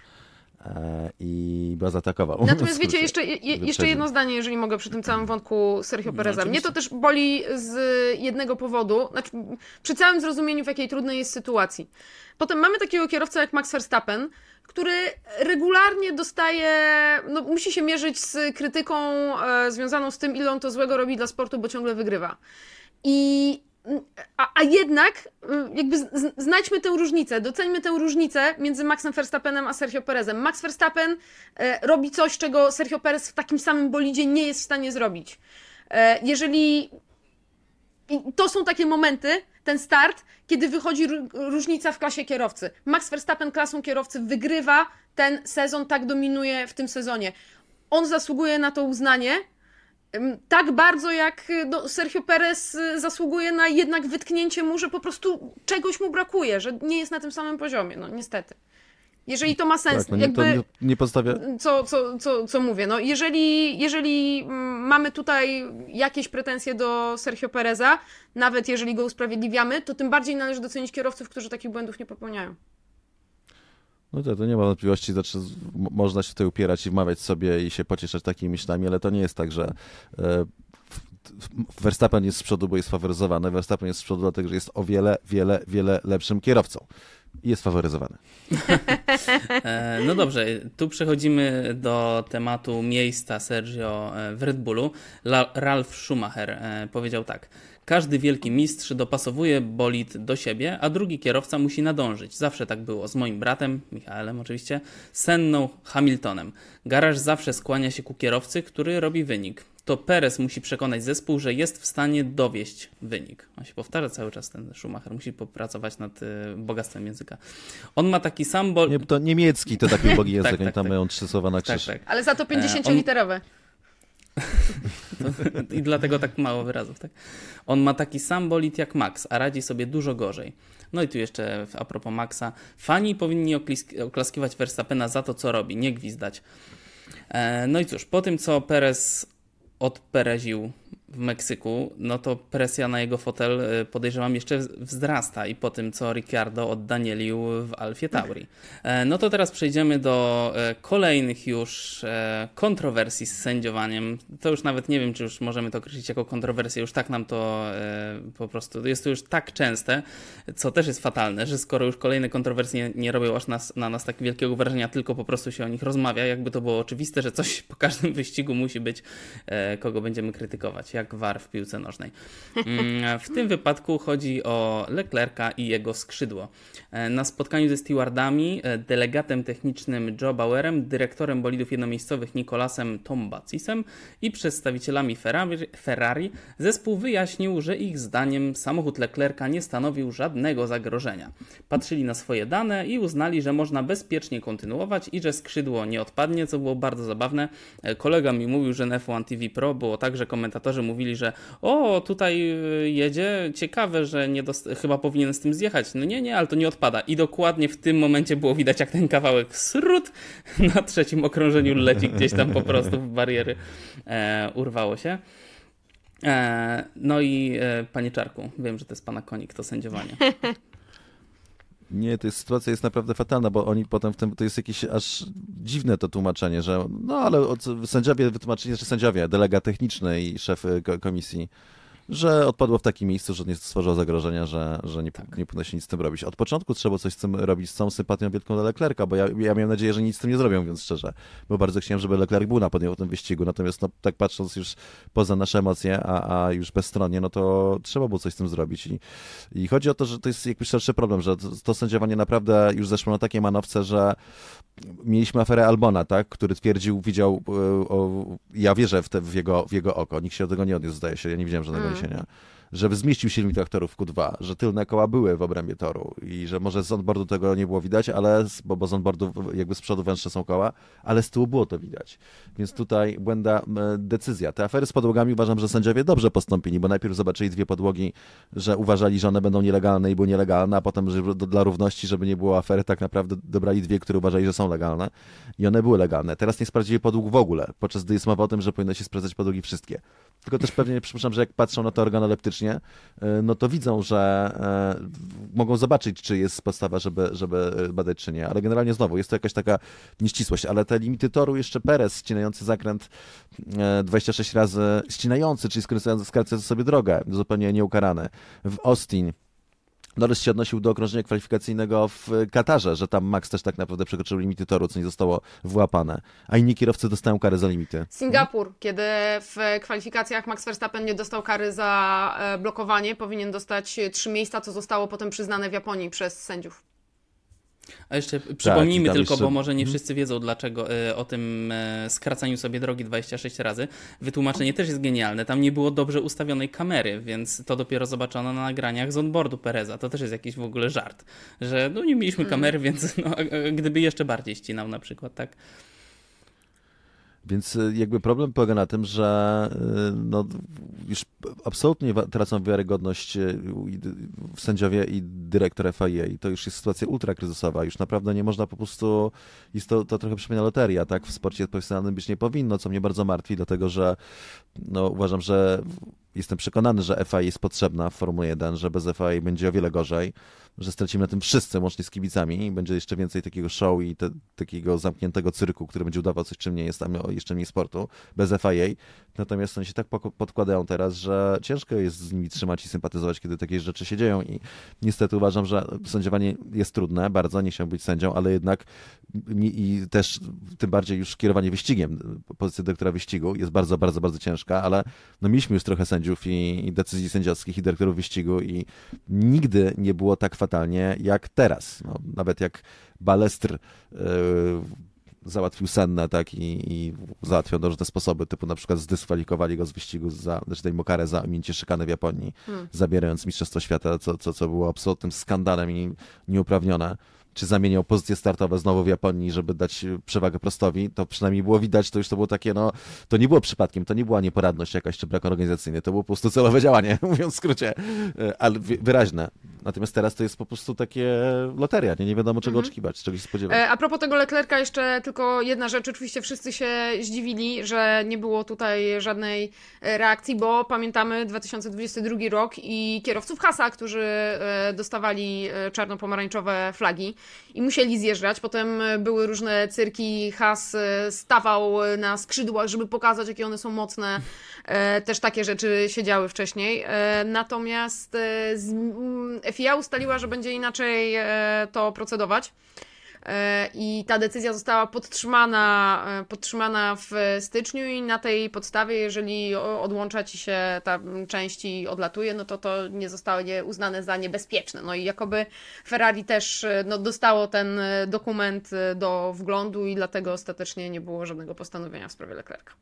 A: I by zaatakował.
C: Natomiast wiecie, jeszcze, je, jeszcze jedno zdanie, jeżeli mogę przy tym całym wątku Sergio Pereza. No, mnie to też boli z jednego powodu, znaczy przy całym zrozumieniu, w jakiej trudnej jest sytuacji. Potem mamy takiego kierowcę jak Max Verstappen, który regularnie dostaje, no musi się mierzyć z krytyką e, związaną z tym, ile on to złego robi dla sportu, bo ciągle wygrywa. I A, a jednak jakby znajdźmy tę różnicę, doceńmy tę różnicę między Maxem Verstappenem a Sergio Perezem. Max Verstappen e, robi coś, czego Sergio Perez w takim samym bolidzie nie jest w stanie zrobić. E, jeżeli... I to są takie momenty, ten start, kiedy wychodzi różnica w klasie kierowcy. Max Verstappen klasą kierowcy wygrywa ten sezon, tak dominuje w tym sezonie. On zasługuje na to uznanie, tak bardzo jak no, Sergio Perez zasługuje na jednak wytknięcie mu, że po prostu czegoś mu brakuje, że nie jest na tym samym poziomie, no niestety. Jeżeli to ma sens,
A: tak, no nie,
C: jakby,
A: to nie, nie pozostawia...
C: co, co, co, co mówię, no jeżeli, jeżeli mamy tutaj jakieś pretensje do Sergio Pereza, nawet jeżeli go usprawiedliwiamy, to tym bardziej należy docenić kierowców, którzy takich błędów nie popełniają.
A: No to, to nie ma wątpliwości, znaczy można się tutaj upierać i wmawiać sobie i się pocieszać takimi myślami, ale to nie jest tak, że e, Verstappen jest z przodu, bo jest faworyzowany. Verstappen jest z przodu dlatego, że jest o wiele, wiele, wiele lepszym kierowcą. I jest faworyzowany.
B: No dobrze, tu przechodzimy do tematu miejsca Sergio w Red Bullu. Ralf Schumacher powiedział tak. Każdy wielki mistrz dopasowuje bolid do siebie, a drugi kierowca musi nadążyć. Zawsze tak było z moim bratem, Michaelem oczywiście, Senną, Hamiltonem. Garaż zawsze skłania się ku kierowcy, który robi wynik. To Perez musi przekonać zespół, że jest w stanie dowieść wynik. On się powtarza cały czas, ten Schumacher. Musi popracować nad y, bogactwem języka. On ma taki sam bol...
A: Nie, to niemiecki to taki ubogi język,
B: tak,
A: oni
B: tak,
A: tam
B: tak.
A: mają trzy słowa na krzyż.
B: Tak, tak.
C: Ale za to pięćdziesięcioliterowe.
B: I dlatego tak mało wyrazów. Tak? On ma taki sam bolid jak Max, a radzi sobie dużo gorzej. No i tu jeszcze a propos Maxa. Fani powinni oklisk- oklaskiwać Verstappena za to, co robi, nie gwizdać. E, no i cóż, po tym, co Perez odpereził w Meksyku, no to presja na jego fotel, podejrzewam, jeszcze wzrasta i po tym, co Ricciardo oddanielił w Alfie Tauri. No to teraz przejdziemy do kolejnych już kontrowersji z sędziowaniem. To już nawet nie wiem, czy już możemy to określić jako kontrowersję, już tak nam to po prostu, jest to już tak częste, co też jest fatalne, że skoro już kolejne kontrowersje nie robią aż nas, na nas tak wielkiego wrażenia, tylko po prostu się o nich rozmawia, jakby to było oczywiste, że coś po każdym wyścigu musi być, kogo będziemy krytykować. Jak jak V A R w piłce nożnej. W tym wypadku chodzi o Leclerca i jego skrzydło. Na spotkaniu ze stewardami, delegatem technicznym Joe Bauerem, dyrektorem bolidów jednomiejscowych Nicolasem Tombacisem i przedstawicielami Ferrari, Ferrari zespół wyjaśnił, że ich zdaniem samochód Leclerca nie stanowił żadnego zagrożenia. Patrzyli na swoje dane i uznali, że można bezpiecznie kontynuować i że skrzydło nie odpadnie, co było bardzo zabawne. Kolega mi mówił, że na F jeden T V Pro było tak, że komentatorzy mówili, że o, tutaj jedzie, ciekawe, że nie dost- chyba powinien z tym zjechać. No nie, nie, ale to nie odpada. I dokładnie w tym momencie było widać, jak ten kawałek srut na trzecim okrążeniu leci gdzieś tam po prostu w bariery. E, urwało się. E, no i e, panie Czarku, wiem, że to jest pana konik, to sędziowanie.
A: Nie, to jest, sytuacja jest naprawdę fatalna, bo oni potem w tym, to jest jakieś aż dziwne to tłumaczenie, że no ale od, sędziowie wytłumaczyli, że sędziowie, delegat techniczny i szef komisji, że odpadło w takim miejscu, że nie stworzyło zagrożenia, że, że nie, tak. nie powinno się nic z tym robić. Od początku trzeba coś z tym robić z całą sympatią wielką do Leclerca, bo ja, ja miałem nadzieję, że nic z tym nie zrobią, mówiąc szczerze, bo bardzo chciałem, żeby Leclerc był na podjętym wyścigu, natomiast no, tak patrząc już poza nasze emocje, a, a już bezstronnie, no to trzeba było coś z tym zrobić. I, i chodzi o to, że to jest jakiś szerszy problem, że to, to sędziowanie naprawdę już zeszło na takie manowce, że mieliśmy aferę Albona, tak, który twierdził, widział, o, o, ja wierzę w, te, w, jego, w jego oko, nikt się do tego nie odniósł, zdaje się, ja nie widziałem żadnego mm. niesienia, że zmieścił się limit aktorów w Q dwa, że tylne koła były w obrębie toru i że może z onboardu tego nie było widać, ale bo, bo z onboardu jakby z przodu węższe są koła, ale z tyłu było to widać. Więc tutaj błędna decyzja. Te afery z podłogami uważam, że sędziowie dobrze postąpili, bo najpierw zobaczyli dwie podłogi, że uważali, że one będą nielegalne i były nielegalne, a potem że dla równości, żeby nie było afery, tak naprawdę dobrali dwie, które uważali, że są legalne i one były legalne. Teraz nie sprawdzili podłóg w ogóle, podczas gdy jest mowa o tym, że powinno się sprawdzać podłogi wszystkie. Tylko też pewnie przypuszczam, że jak patrzą na to organoleptycznie, no to widzą, że e, mogą zobaczyć, czy jest podstawa, żeby, żeby badać, czy nie. Ale generalnie znowu, jest to jakaś taka nieścisłość. Ale te limity toru, jeszcze Perez ścinający zakręt e, dwadzieścia sześć razy, ścinający, czyli skracający, skracający sobie drogę, zupełnie nieukarany. W Austin Norris się odnosił do okrążenia kwalifikacyjnego w Katarze, że tam Max też tak naprawdę przekroczył limity toru, co nie zostało włapane. A inni kierowcy dostają karę za limity.
C: Singapur, hmm? kiedy w kwalifikacjach Max Verstappen nie dostał kary za blokowanie, powinien dostać trzy miejsca, co zostało potem przyznane w Japonii przez sędziów.
B: A jeszcze przypomnijmy
A: tak,
B: tylko,
A: jeszcze...
B: bo może nie wszyscy wiedzą dlaczego y, o tym y, skracaniu sobie drogi dwadzieścia sześć razy. Wytłumaczenie też jest genialne. Tam nie było dobrze ustawionej kamery, więc to dopiero zobaczono na nagraniach z onboardu Pereza. To też jest jakiś w ogóle żart, że no nie mieliśmy kamery, mm. więc no, gdyby jeszcze bardziej ścinał na przykład, tak?
A: Więc jakby problem polega na tym, że no, już absolutnie tracą wiarygodność sędziowie i dyrektor F I A. I to już jest sytuacja ultrakryzysowa. Już naprawdę nie można po prostu... Jest to, to trochę przypomina loteria, tak? W sporcie profesjonalnym być nie powinno, co mnie bardzo martwi, dlatego że no, uważam, że jestem przekonany, że F I A jest potrzebna w Formule jeden, że bez F I A będzie o wiele gorzej, że stracimy na tym wszyscy, łącznie z kibicami, i będzie jeszcze więcej takiego show i te, takiego zamkniętego cyrku, który będzie udawał coś, czym nie jest, a jeszcze mniej sportu, bez F I A. Natomiast oni się tak podkładają teraz, że ciężko jest z nimi trzymać i sympatyzować, kiedy takie rzeczy się dzieją i niestety uważam, że sędziowanie jest trudne, bardzo, nie chciałbym być sędzią, ale jednak i też tym bardziej już kierowanie wyścigiem, pozycja dyrektora wyścigu jest bardzo, bardzo, bardzo ciężka, ale no mieliśmy już trochę sędziów i, i decyzji sędziowskich i dyrektorów wyścigu i nigdy nie było tak fatalnie jak teraz. No, nawet jak Balestr yy, załatwił Sennę, tak, i, i załatwiał na różne sposoby, typu na przykład zdyskwalifikowali go z wyścigu, za, znaczy dali mu karę za ominięcie szykany w Japonii, hmm. zabierając Mistrzostwo Świata, co, co, co było absolutnym skandalem i nieuprawnione. Czy zamieniał pozycje startowe znowu w Japonii, żeby dać przewagę Prostowi, to przynajmniej było widać, to już to było takie, no, to nie było przypadkiem, to nie była nieporadność jakaś, czy brak organizacyjny, to było po prostu celowe działanie, mówiąc w skrócie, ale wyraźne. Natomiast teraz to jest po prostu takie loteria, nie, nie wiadomo czego mhm. oczekiwać, czegoś się spodziewać.
C: A propos tego Leclerca jeszcze tylko jedna rzecz, oczywiście wszyscy się zdziwili, że nie było tutaj żadnej reakcji, bo pamiętamy dwa tysiące dwudziesty drugi rok i kierowców Haasa, którzy dostawali czarno-pomarańczowe flagi i musieli zjeżdżać. Potem były różne cyrki, Haas stawał na skrzydłach, żeby pokazać, jakie one są mocne. Też takie rzeczy się działy wcześniej. Natomiast F I A ustaliła, że będzie inaczej to procedować. i ta decyzja została podtrzymana, podtrzymana w styczniu i na tej podstawie, jeżeli odłącza ci się ta część i odlatuje, no to to nie zostało uznane za niebezpieczne. No i jakoby Ferrari też no, dostało ten dokument do wglądu i dlatego ostatecznie nie było żadnego postanowienia w sprawie Leclerca.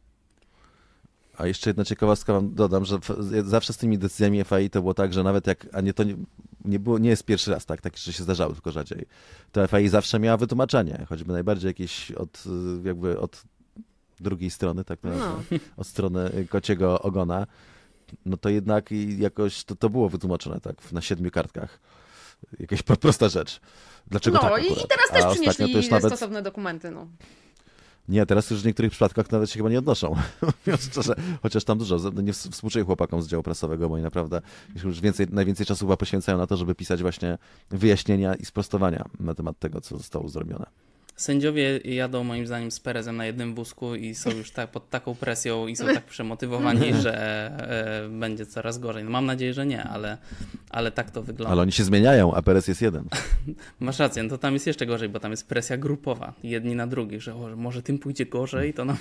A: A jeszcze jedna ciekawostka wam dodam, że zawsze z tymi decyzjami F I A to było tak, że nawet jak, a nie to nie, nie, było, nie jest pierwszy raz tak, tak, że się zdarzało, tylko rzadziej, to F I A zawsze miała wytłumaczenie, choćby najbardziej jakieś od, jakby od drugiej strony, tak, no. Od strony kociego ogona, no to jednak jakoś to, to było wytłumaczone tak na siedmiu kartkach. Jakaś prosta rzecz. Dlaczego
C: no
A: tak
C: i
A: akurat?
C: teraz też
A: a
C: przynieśli
A: też nawet...
C: stosowne dokumenty, no.
A: Nie, teraz już w niektórych przypadkach nawet się chyba nie odnoszą. Szczerze, chociaż tam dużo. Nie współczuję chłopakom z działu prasowego, bo oni naprawdę już więcej, najwięcej czasu chyba poświęcają na to, żeby pisać właśnie wyjaśnienia i sprostowania na temat tego, co zostało zrobione.
B: Sędziowie jadą moim zdaniem z Perezem na jednym wózku i są już tak, pod taką presją i są tak przemotywowani, że e, będzie coraz gorzej. No mam nadzieję, że nie, ale, ale tak to wygląda.
A: Ale oni się zmieniają, a Perez jest jeden.
B: Masz rację, no to tam jest jeszcze gorzej, bo tam jest presja grupowa, jedni na drugich, że o, może tym pójdzie gorzej, to no...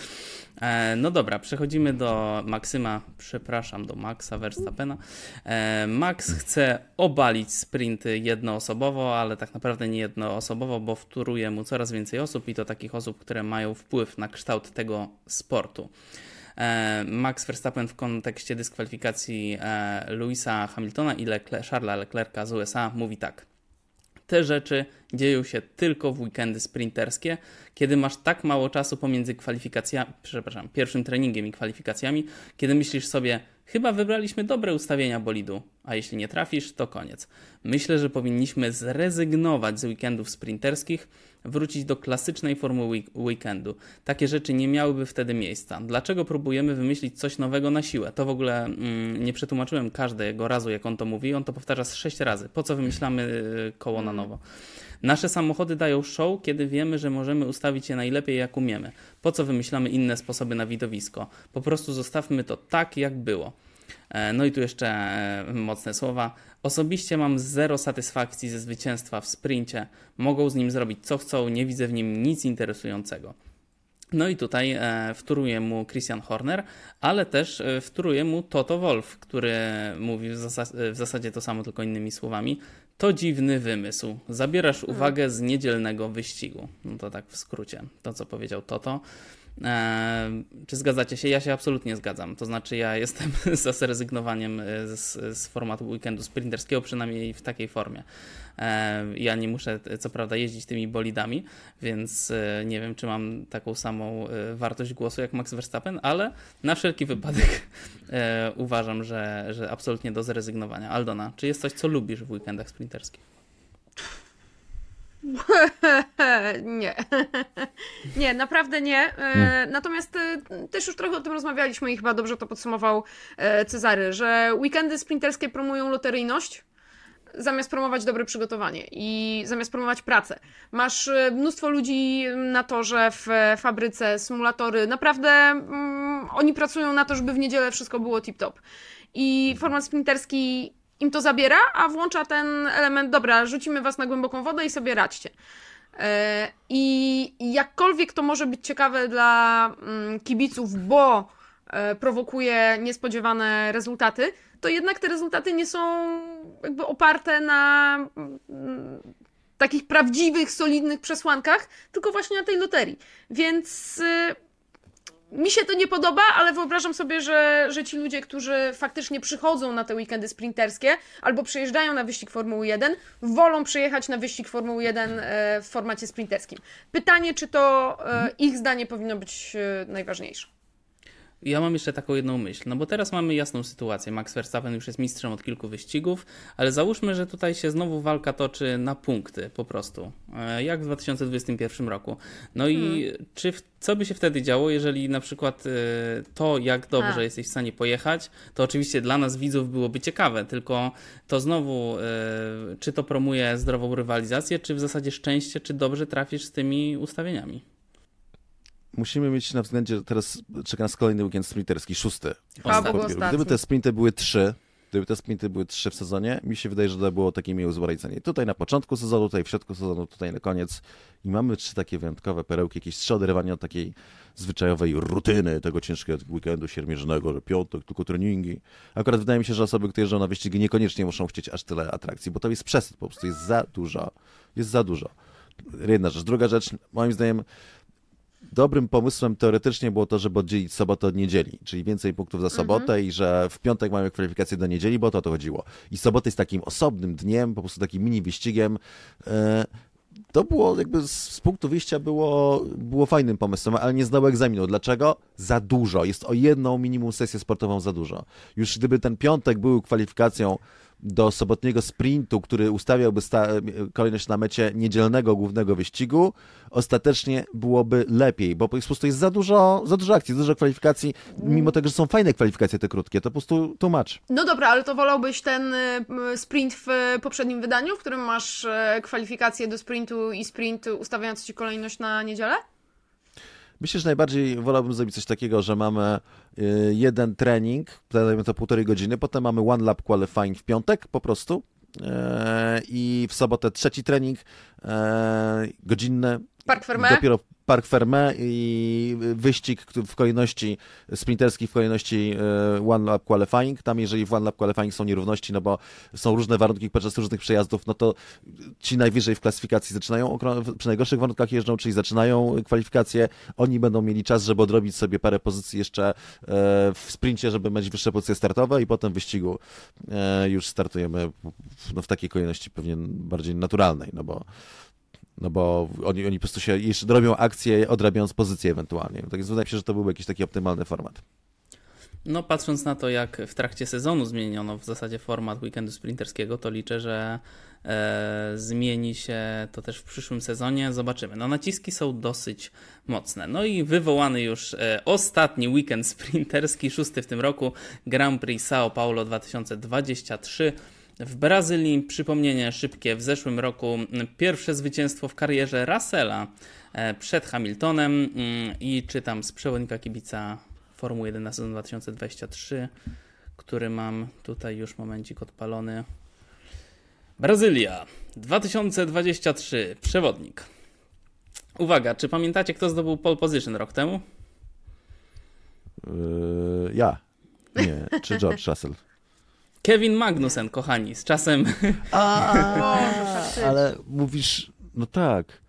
B: E, no dobra, przechodzimy do Maksyma, przepraszam, do Maxa Verstappena. E, Max chce obalić sprinty jednoosobowo, ale tak naprawdę nie jednoosobowo, bo wtóruje mu coraz więcej osób i to takich osób, które mają wpływ na kształt tego sportu. E, Max Verstappen w kontekście dyskwalifikacji e, Lewisa Hamiltona i Leclerc, Charlesa Leclerca z U S A mówi tak. Te rzeczy dzieją się tylko w weekendy sprinterskie, kiedy masz tak mało czasu pomiędzy kwalifikacjami, przepraszam, pierwszym treningiem i kwalifikacjami, kiedy myślisz sobie, chyba wybraliśmy dobre ustawienia bolidu, a jeśli nie trafisz, to koniec. Myślę, że powinniśmy zrezygnować z weekendów sprinterskich, wrócić do klasycznej formuły weekendu. Takie rzeczy nie miałyby wtedy miejsca. Dlaczego próbujemy wymyślić coś nowego na siłę? To w ogóle mm, nie przetłumaczyłem każdego razu, jak on to mówi. On to powtarza z sześć razy. Po co wymyślamy koło na nowo? Nasze samochody dają show, kiedy wiemy, że możemy ustawić je najlepiej, jak umiemy. Po co wymyślamy inne sposoby na widowisko? Po prostu zostawmy to tak, jak było. No i tu jeszcze mocne słowa. Osobiście mam zero satysfakcji ze zwycięstwa w sprincie. Mogą z nim zrobić co chcą, nie widzę w nim nic interesującego. No i tutaj e, wtóruje mu Christian Horner, ale też e, wtóruje mu Toto Wolff, który mówi w, zas- w zasadzie to samo, tylko innymi słowami. To dziwny wymysł. Zabierasz uwagę z niedzielnego wyścigu. No to tak w skrócie, to co powiedział Toto. E, czy zgadzacie się? Ja się absolutnie zgadzam. To znaczy ja jestem za zrezygnowaniem z, z formatu weekendu sprinterskiego, przynajmniej w takiej formie. E, ja nie muszę co prawda jeździć tymi bolidami, więc e, nie wiem, czy mam taką samą e, wartość głosu jak Max Verstappen, ale na wszelki wypadek e, uważam, że, że absolutnie do zrezygnowania. Aldona, czy jest coś, co lubisz w weekendach sprinterskich?
C: Nie. Nie, naprawdę nie. Hmm. Natomiast też już trochę o tym rozmawialiśmy i chyba dobrze to podsumował Cezary, że weekendy sprinterskie promują loteryjność zamiast promować dobre przygotowanie i zamiast promować pracę. Masz mnóstwo ludzi na torze, w fabryce, symulatory. Naprawdę mm, oni pracują na to, żeby w niedzielę wszystko było tip-top. I format sprinterski im to zabiera, a włącza ten element, dobra, rzucimy was na głęboką wodę i sobie radźcie. I jakkolwiek to może być ciekawe dla kibiców, bo prowokuje niespodziewane rezultaty, to jednak te rezultaty nie są jakby oparte na takich prawdziwych, solidnych przesłankach, tylko właśnie na tej loterii. Więc mi się to nie podoba, ale wyobrażam sobie, że, że ci ludzie, którzy faktycznie przychodzą na te weekendy sprinterskie albo przyjeżdżają na wyścig Formuły jeden, wolą przyjechać na wyścig Formuły jeden w formacie sprinterskim. Pytanie, czy to ich zdanie powinno być najważniejsze.
B: Ja mam jeszcze taką jedną myśl, no bo teraz mamy jasną sytuację. Max Verstappen już jest mistrzem od kilku wyścigów, ale załóżmy, że tutaj się znowu walka toczy na punkty po prostu, jak w dwa tysiące dwudziestym pierwszym roku. No i hmm. czy w, co by się wtedy działo, jeżeli na przykład to, jak dobrze A. jesteś w stanie pojechać, to oczywiście dla nas widzów byłoby ciekawe, tylko to znowu, czy to promuje zdrową rywalizację, czy w zasadzie szczęście, czy dobrze trafisz z tymi ustawieniami.
A: Musimy mieć na względzie, że teraz czeka nas kolejny weekend sprinterski, szósty.
C: Ostatni.
A: Gdyby te sprinty były trzy, Gdyby te sprinty były trzy w sezonie, mi się wydaje, że to było takie miłe uzbornicenie. Tutaj na początku sezonu, tutaj w środku sezonu, tutaj na koniec. I mamy trzy takie wyjątkowe perełki, jakieś trzy oderwania od takiej zwyczajowej rutyny tego ciężkiego weekendu siermierznego, że piątek, tylko treningi. Akurat wydaje mi się, że osoby, które jeżdżą na wyścigi, niekoniecznie muszą chcieć aż tyle atrakcji, bo to jest przesyt, po prostu jest za dużo. Jest za dużo. Jedna rzecz. Druga rzecz, moim zdaniem, dobrym pomysłem teoretycznie było to, żeby oddzielić sobotę od niedzieli, czyli więcej punktów za sobotę mm-hmm. i że w piątek mamy kwalifikacje do niedzieli, bo to o to chodziło. I sobota jest takim osobnym dniem, po prostu takim mini wyścigiem. To było jakby z punktu wyjścia było, było fajnym pomysłem, ale nie zdało egzaminu. Dlaczego? Za dużo. Jest o jedną minimum sesję sportową za dużo. Już gdyby ten piątek był kwalifikacją do sobotniego sprintu, który ustawiałby sta- kolejność na mecie niedzielnego głównego wyścigu, ostatecznie byłoby lepiej, bo po prostu jest za dużo, za dużo akcji, za dużo kwalifikacji, mimo tego, że są fajne kwalifikacje te krótkie, to po prostu tłumacz.
C: No dobra, ale to wolałbyś ten sprint w poprzednim wydaniu, w którym masz kwalifikacje do sprintu i sprint ustawiając ci kolejność na niedzielę?
A: Myślę, że najbardziej wolałbym zrobić coś takiego, że mamy jeden trening, dajmy to półtorej godziny, potem mamy one lap qualifying w piątek po prostu i w sobotę trzeci trening godzinny.
C: Parc Fermé.
A: Dopiero Parc Fermé i wyścig w kolejności sprinterski, w kolejności one lap qualifying. Tam jeżeli w one lap qualifying są nierówności, no bo są różne warunki podczas różnych przejazdów, no to ci najwyżej w klasyfikacji zaczynają, przy najgorszych warunkach jeżdżą, czyli zaczynają kwalifikacje. Oni będą mieli czas, żeby odrobić sobie parę pozycji jeszcze w sprincie, żeby mieć wyższe pozycje startowe i potem w wyścigu już startujemy no, w takiej kolejności pewnie bardziej naturalnej, no bo No bo oni, oni po prostu się jeszcze robią akcje, odrabiając pozycję ewentualnie. Tak więc wydaje mi się, że to byłby jakiś taki optymalny format.
B: No patrząc na to, jak w trakcie sezonu zmieniono w zasadzie format weekendu sprinterskiego, to liczę, że e, zmieni się to też w przyszłym sezonie. Zobaczymy. No naciski są dosyć mocne. No i wywołany już e, ostatni weekend sprinterski, szósty w tym roku, Grand Prix São Paulo dwa tysiące dwudziesty trzeci. W Brazylii, przypomnienie szybkie, w zeszłym roku pierwsze zwycięstwo w karierze Russella przed Hamiltonem i czytam z przewodnika kibica Formuły jeden na sezon dwa tysiące dwudziesty trzeci, który mam tutaj już momencik odpalony. Brazylia dwa tysiące dwudziesty trzeci, przewodnik. Uwaga, czy pamiętacie, kto zdobył pole position rok temu?
A: Yy, ja. Nie, czy George Russell?
B: Kevin Magnussen, kochani, z czasem...
A: A, ale mówisz, no tak.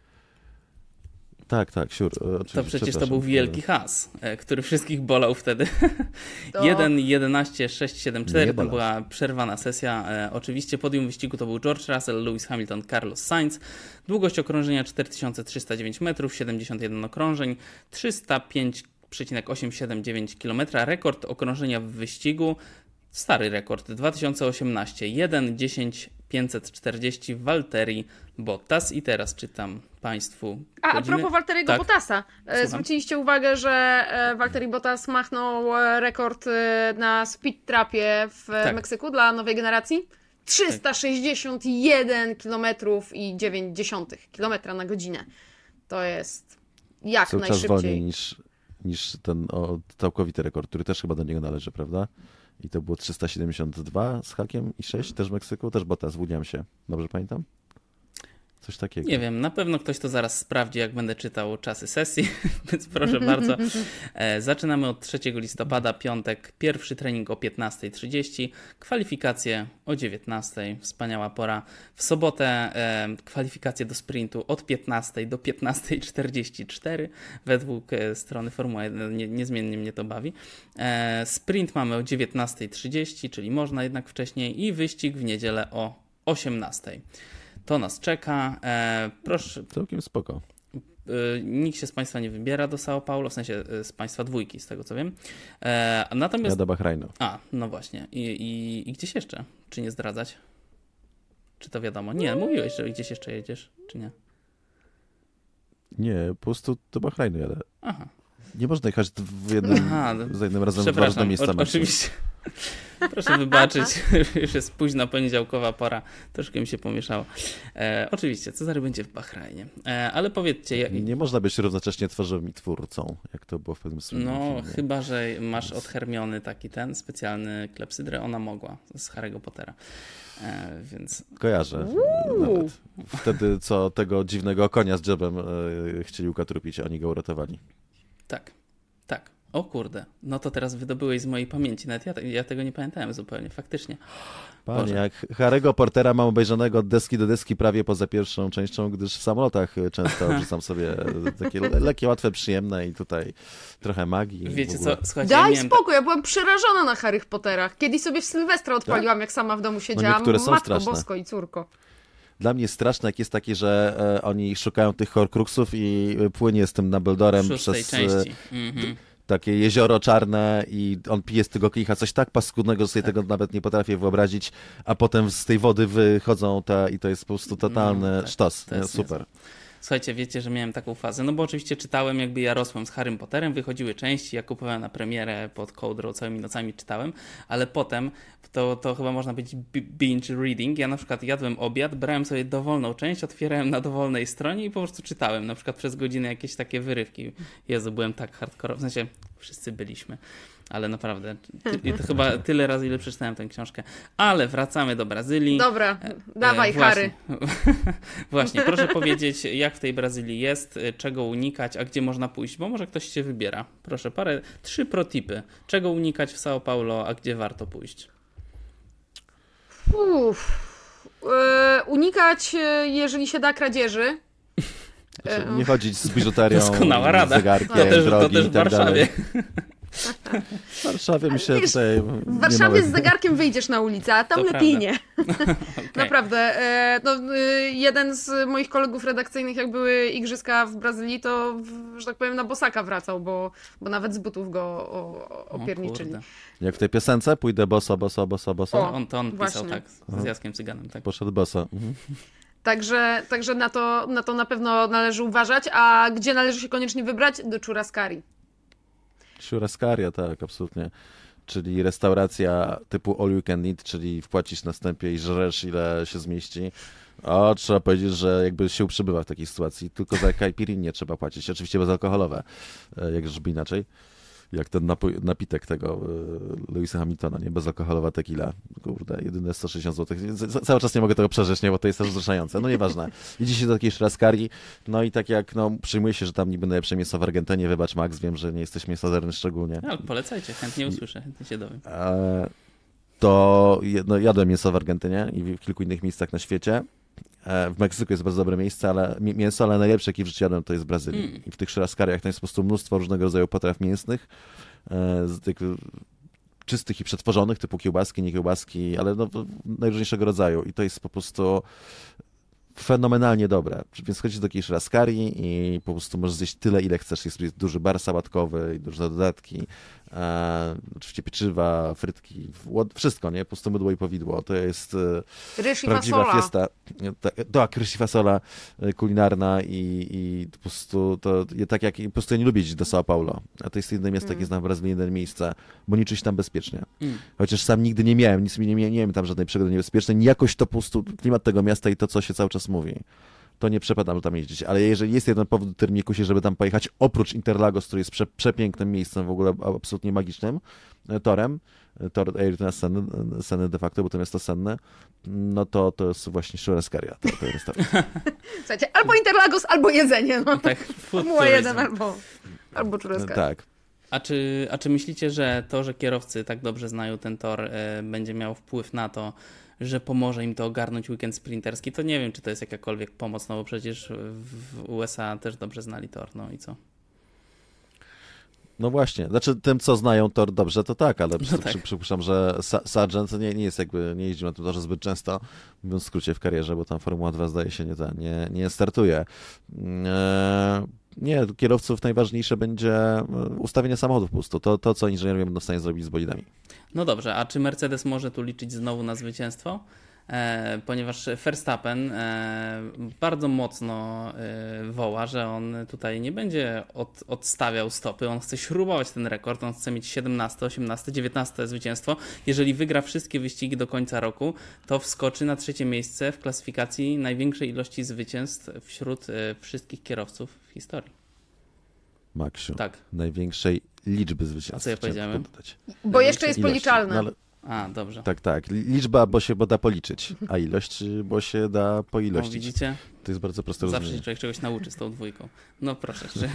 A: Tak, tak, sure.
B: To przecież to był wielki has, który wszystkich bolał wtedy. To... jeden jedenaście sześć siedem cztery, to była przerwana sesja. Oczywiście podium wyścigu to był George Russell, Lewis Hamilton, Carlos Sainz. Długość okrążenia cztery tysiące trzysta dziewięć metrów, siedemdziesiąt jeden okrążeń, trzysta pięć przecinek osiemset siedemdziesiąt dziewięć kilometra. Rekord okrążenia w wyścigu, stary rekord, dwa tysiące osiemnasty, jeden dziesięć pięćset czterdzieści Valtteri Bottas. I teraz czytam Państwu
C: A,
B: godziny.
C: a propos Valtteriego
B: tak.
C: Bottasa. Słucham. Zwróciliście uwagę, że Valtteri Bottas machnął rekord na speed trapie w tak. Meksyku dla nowej generacji? trzysta sześćdziesiąt jeden kilometrów i dziewięć dziesiątych kilometra na godzinę. To jest jak
A: Cały
C: najszybciej.
A: czas wolniej niż, niż ten o, całkowity rekord, który też chyba do niego należy, prawda? I to było trzysta siedemdziesiąt dwa z hakiem i sześć, też w Meksyku, też Bottas, Williamsie. Dobrze pamiętam? Coś takiego.
B: Nie wiem, na pewno ktoś to zaraz sprawdzi, jak będę czytał czasy sesji, więc proszę bardzo. E, zaczynamy od trzeciego listopada, piątek, pierwszy trening o piętnasta trzydzieści, kwalifikacje o dziewiętnastej, wspaniała pora. W sobotę e, kwalifikacje do sprintu od piętnastej do piętnasta czterdzieści cztery, według e, strony Formuły jeden, nie, niezmiennie mnie to bawi. E, sprint mamy o dziewiętnasta trzydzieści, czyli można jednak wcześniej, i wyścig w niedzielę o osiemnastej. To nas czeka. E, proszę.
A: Całkiem spoko.
B: E, nikt się z Państwa nie wybiera do São Paulo, w sensie z Państwa dwójki, z tego co wiem. E, natomiast...
A: Ja do Bahrajnu.
B: A, no właśnie. I, i, I gdzieś jeszcze? Czy nie zdradzać? Czy to wiadomo? Nie, mówiłeś, że gdzieś jeszcze jedziesz, czy nie?
A: Nie, po prostu do Bahrajnu jadę.
B: Aha.
A: Nie można jechać w jednym,
B: Aha,
A: za jednym razem w dwa różne miejsca.
B: O, oczywiście. Proszę wybaczyć, już jest późna poniedziałkowa pora, troszkę mi się pomieszało. E, oczywiście, Cezary będzie w Bahrajnie, e, ale powiedzcie... Jak...
A: Nie można być równocześnie tworzem i twórcą, jak to było w pewnym słynnym
B: No,
A: filmie.
B: chyba że masz od Hermiony taki ten specjalny klepsydrę, ona mogła z Harry'ego Pottera, e, więc...
A: Kojarzę nawet. Wtedy, co tego dziwnego konia z dżebem e, chcieli ukatrupić, a oni go uratowali.
B: Tak, tak. O kurde, no to teraz wydobyłeś z mojej pamięci, nawet ja, ja tego nie pamiętałem zupełnie, faktycznie.
A: Panie,
B: Boże.
A: jak Harry'ego Pottera mam obejrzanego od deski do deski prawie poza pierwszą częścią, gdyż w samolotach często wrzucam sobie takie le- lekkie, łatwe, przyjemne i tutaj trochę magii.
B: Wiecie
A: w ogóle.
B: co, słuchajcie, ja
C: Daj
B: miałem...
C: spokój, ja byłam przerażona na Harrych Potterach. Kiedyś sobie w Sylwestra odpaliłam, jak sama w domu siedziałam.
A: niektóre są
C: Matko
A: straszne.
C: Bosko i córko.
A: Dla mnie jest straszne, jak jest takie, że e, oni szukają tych Horcruxów i e, płynie z tym Dumbledorem
B: w szóstej
A: przez... e,
B: części. Mhm.
A: takie jezioro czarne i on pije z tego kicha coś tak paskudnego, że sobie tego nawet nie potrafię wyobrazić, a potem z tej wody wychodzą te i to jest po prostu totalny
B: No, tak,
A: sztos.
B: to
A: Nie?
B: jest
A: Super.
B: niezłe. Słuchajcie, wiecie, że miałem taką fazę, no bo oczywiście czytałem, jakby ja rosłem z Harrym Potterem, wychodziły części, ja kupowałem na premierę pod kołdrą, całymi nocami czytałem, ale potem to, to chyba można być binge reading. Ja na przykład jadłem obiad, brałem sobie dowolną część, otwierałem na dowolnej stronie i po prostu czytałem, na przykład przez godzinę jakieś takie wyrywki. Jezu, byłem tak hardkorowy, w sensie wszyscy byliśmy. Ale naprawdę, ty, to chyba tyle razy, ile przeczytałem tę książkę. Ale wracamy do Brazylii.
C: Dobra, dawaj
B: E,
C: Harry.
B: właśnie. Właśnie, proszę powiedzieć, jak w tej Brazylii jest, czego unikać, a gdzie można pójść, bo może ktoś się wybiera. Proszę, parę, trzy protipy. Czego unikać w São Paulo, a gdzie warto pójść?
C: Uff. E, unikać, e, jeżeli się da, kradzieży.
A: Znaczy, nie chodzić z biżuterią,
B: Doskonała rada.
A: zegarkiem,
B: To też, to
A: drogi
B: też
A: i
B: w
A: tak
B: Warszawie.
A: dalej. W Warszawie mi się
C: Wiesz,
A: tutaj...
C: W Warszawie
A: nie
C: z
A: ma...
C: zegarkiem wyjdziesz na ulicę, a tam
B: To
C: lepiej
B: prawda.
C: nie.
B: Okay.
C: Naprawdę. E, no, e, jeden z moich kolegów redakcyjnych, jak były igrzyska w Brazylii, to, w, że tak powiem, na bosaka wracał, bo, bo nawet z butów go o, o, opierniczyli.
B: O,
A: Jak w tej piosence, pójdę boso, boso, boso, boso.
C: O.
B: on to on pisał
C: Właśnie.
B: tak, z Jackiem Cyganem. Tak.
A: Poszedł boso. Mhm.
C: Także, także na, to, na to na pewno należy uważać. A gdzie należy się koniecznie wybrać? Do Churrascarii.
A: Churrascaria, tak, absolutnie. Czyli restauracja typu all you can eat, czyli wpłacisz na wstępie i żresz ile się zmieści. O, trzeba powiedzieć, że jakby się przybywa w takiej sytuacji. Tylko za caipirinha trzeba płacić. Oczywiście bezalkoholowe, jak żeby inaczej. Jak ten napój, napitek tego y, Lewisa Hamiltona, nie? Bezalkoholowa tequila. Kurde, jedyne sto sześćdziesiąt złotych. C- cały czas nie mogę tego przeżyć, nie? Bo to jest też wzruszające. No nieważne. Idzie się do takiej Churrascarii, no i tak jak, no przyjmuje się, że tam niby najlepsze mięso w Argentynie. Wybacz, Max, wiem, że nie jesteś mięsożerny szczególnie.
B: Ale polecajcie, chętnie usłyszę, chętnie się dowiem.
A: E, to je- no, jadłem mięso w Argentynie i w kilku innych miejscach na świecie. E, w Meksyku jest bardzo dobre miejsce, ale mi- mięso, ale najlepsze, jakie w życiu jadłem, to jest w Brazylii.
B: Mm.
A: I w tych Churrascariach to jest po prostu mnóstwo różnego rodzaju potraw mięsnych, e, z tych czystych i przetworzonych, typu kiełbaski, nie kiełbaski, ale no, w- najróżniejszego rodzaju. I to jest po prostu fenomenalnie dobre. Więc chodzisz do takiej Churrascarii i po prostu możesz zjeść tyle, ile chcesz. Jest jest duży bar sałatkowy i duże dodatki. E, oczywiście pieczywa, frytki, ło- wszystko, nie? Po prostu mydło i powidło. To jest e,
C: Ryż i
A: prawdziwa
C: fasola.
A: fiesta. Ta- Tak, ryż i fasola e, kulinarna i, i po prostu to je- tak jak po prostu ja nie lubię jeździć do São Paulo, a to jest jedyne miasto, jakie znam w Brazylii, jedyne miejsce, bo nie czuję się tam bezpiecznie.
B: Mm.
A: Chociaż sam nigdy nie miałem, nic mi nie, miałem- nie miałem tam żadnej przygody niebezpiecznej, jakoś to po prostu klimat tego miasta i to, co się cały czas mówi, to nie przepadam tam jeździć. Ale jeżeli jest jeden powód, który mnie kusi, żeby tam pojechać, oprócz Interlagos, który jest prze, przepięknym miejscem, w ogóle absolutnie magicznym e, torem, e, tor Ayrtona Senny, e, Senny de facto, bo to miasto senne, no to to jest właśnie Churrascaria. To, to jest
C: Słuchajcie, albo Interlagos, albo jedzenie. No.
B: Tak, food
C: Formuła
B: tourism.
C: jeden albo, albo Churrascaria.
A: tak.
B: A czy, a czy myślicie, że to, że kierowcy tak dobrze znają ten tor, e, będzie miało wpływ na to, że pomoże im to ogarnąć weekend sprinterski? To nie wiem, czy to jest jakakolwiek pomoc, no bo przecież w U S A też dobrze znali tor, no i co?
A: No właśnie, znaczy tym, co znają tor dobrze, to tak, ale przy,
B: No tak.
A: Przy, przypuszczam, że Sa- Sargent nie, nie jest jakby, nie jeździł na tym torze zbyt często, mówiąc w skrócie w karierze, bo tam Formuła dwa zdaje się nie, ta, nie, nie startuje. Eee, nie, kierowców najważniejsze będzie e, ustawienie samochodów po prostu, to, to co inżynierowie będą w stanie zrobić z bolidami.
B: No dobrze, a czy Mercedes może tu liczyć znowu na zwycięstwo? e, ponieważ Verstappen e, bardzo mocno e, woła, że on tutaj nie będzie od, odstawiał stopy, on chce śrubować ten rekord, on chce mieć siedemnaste, osiemnaste, dziewiętnaste zwycięstwo. Jeżeli wygra wszystkie wyścigi do końca roku, to wskoczy na trzecie miejsce w klasyfikacji największej ilości zwycięstw wśród e, wszystkich kierowców w historii.
A: Maksiu,
B: Tak.
A: największej liczby zwycięstw.
B: A co ja powiedziałem?
C: Bo jeszcze jest
A: Ilości.
C: policzalne.
A: No, ale...
B: A, dobrze.
A: Tak, tak. Liczba, bo się bo da policzyć, a ilość, bo się da po
B: O,
A: ilości.
B: widzicie?
A: To jest bardzo proste
B: Zawsze się
A: rozumienie.
B: człowiek czegoś nauczy z tą dwójką. No proszę. Czy...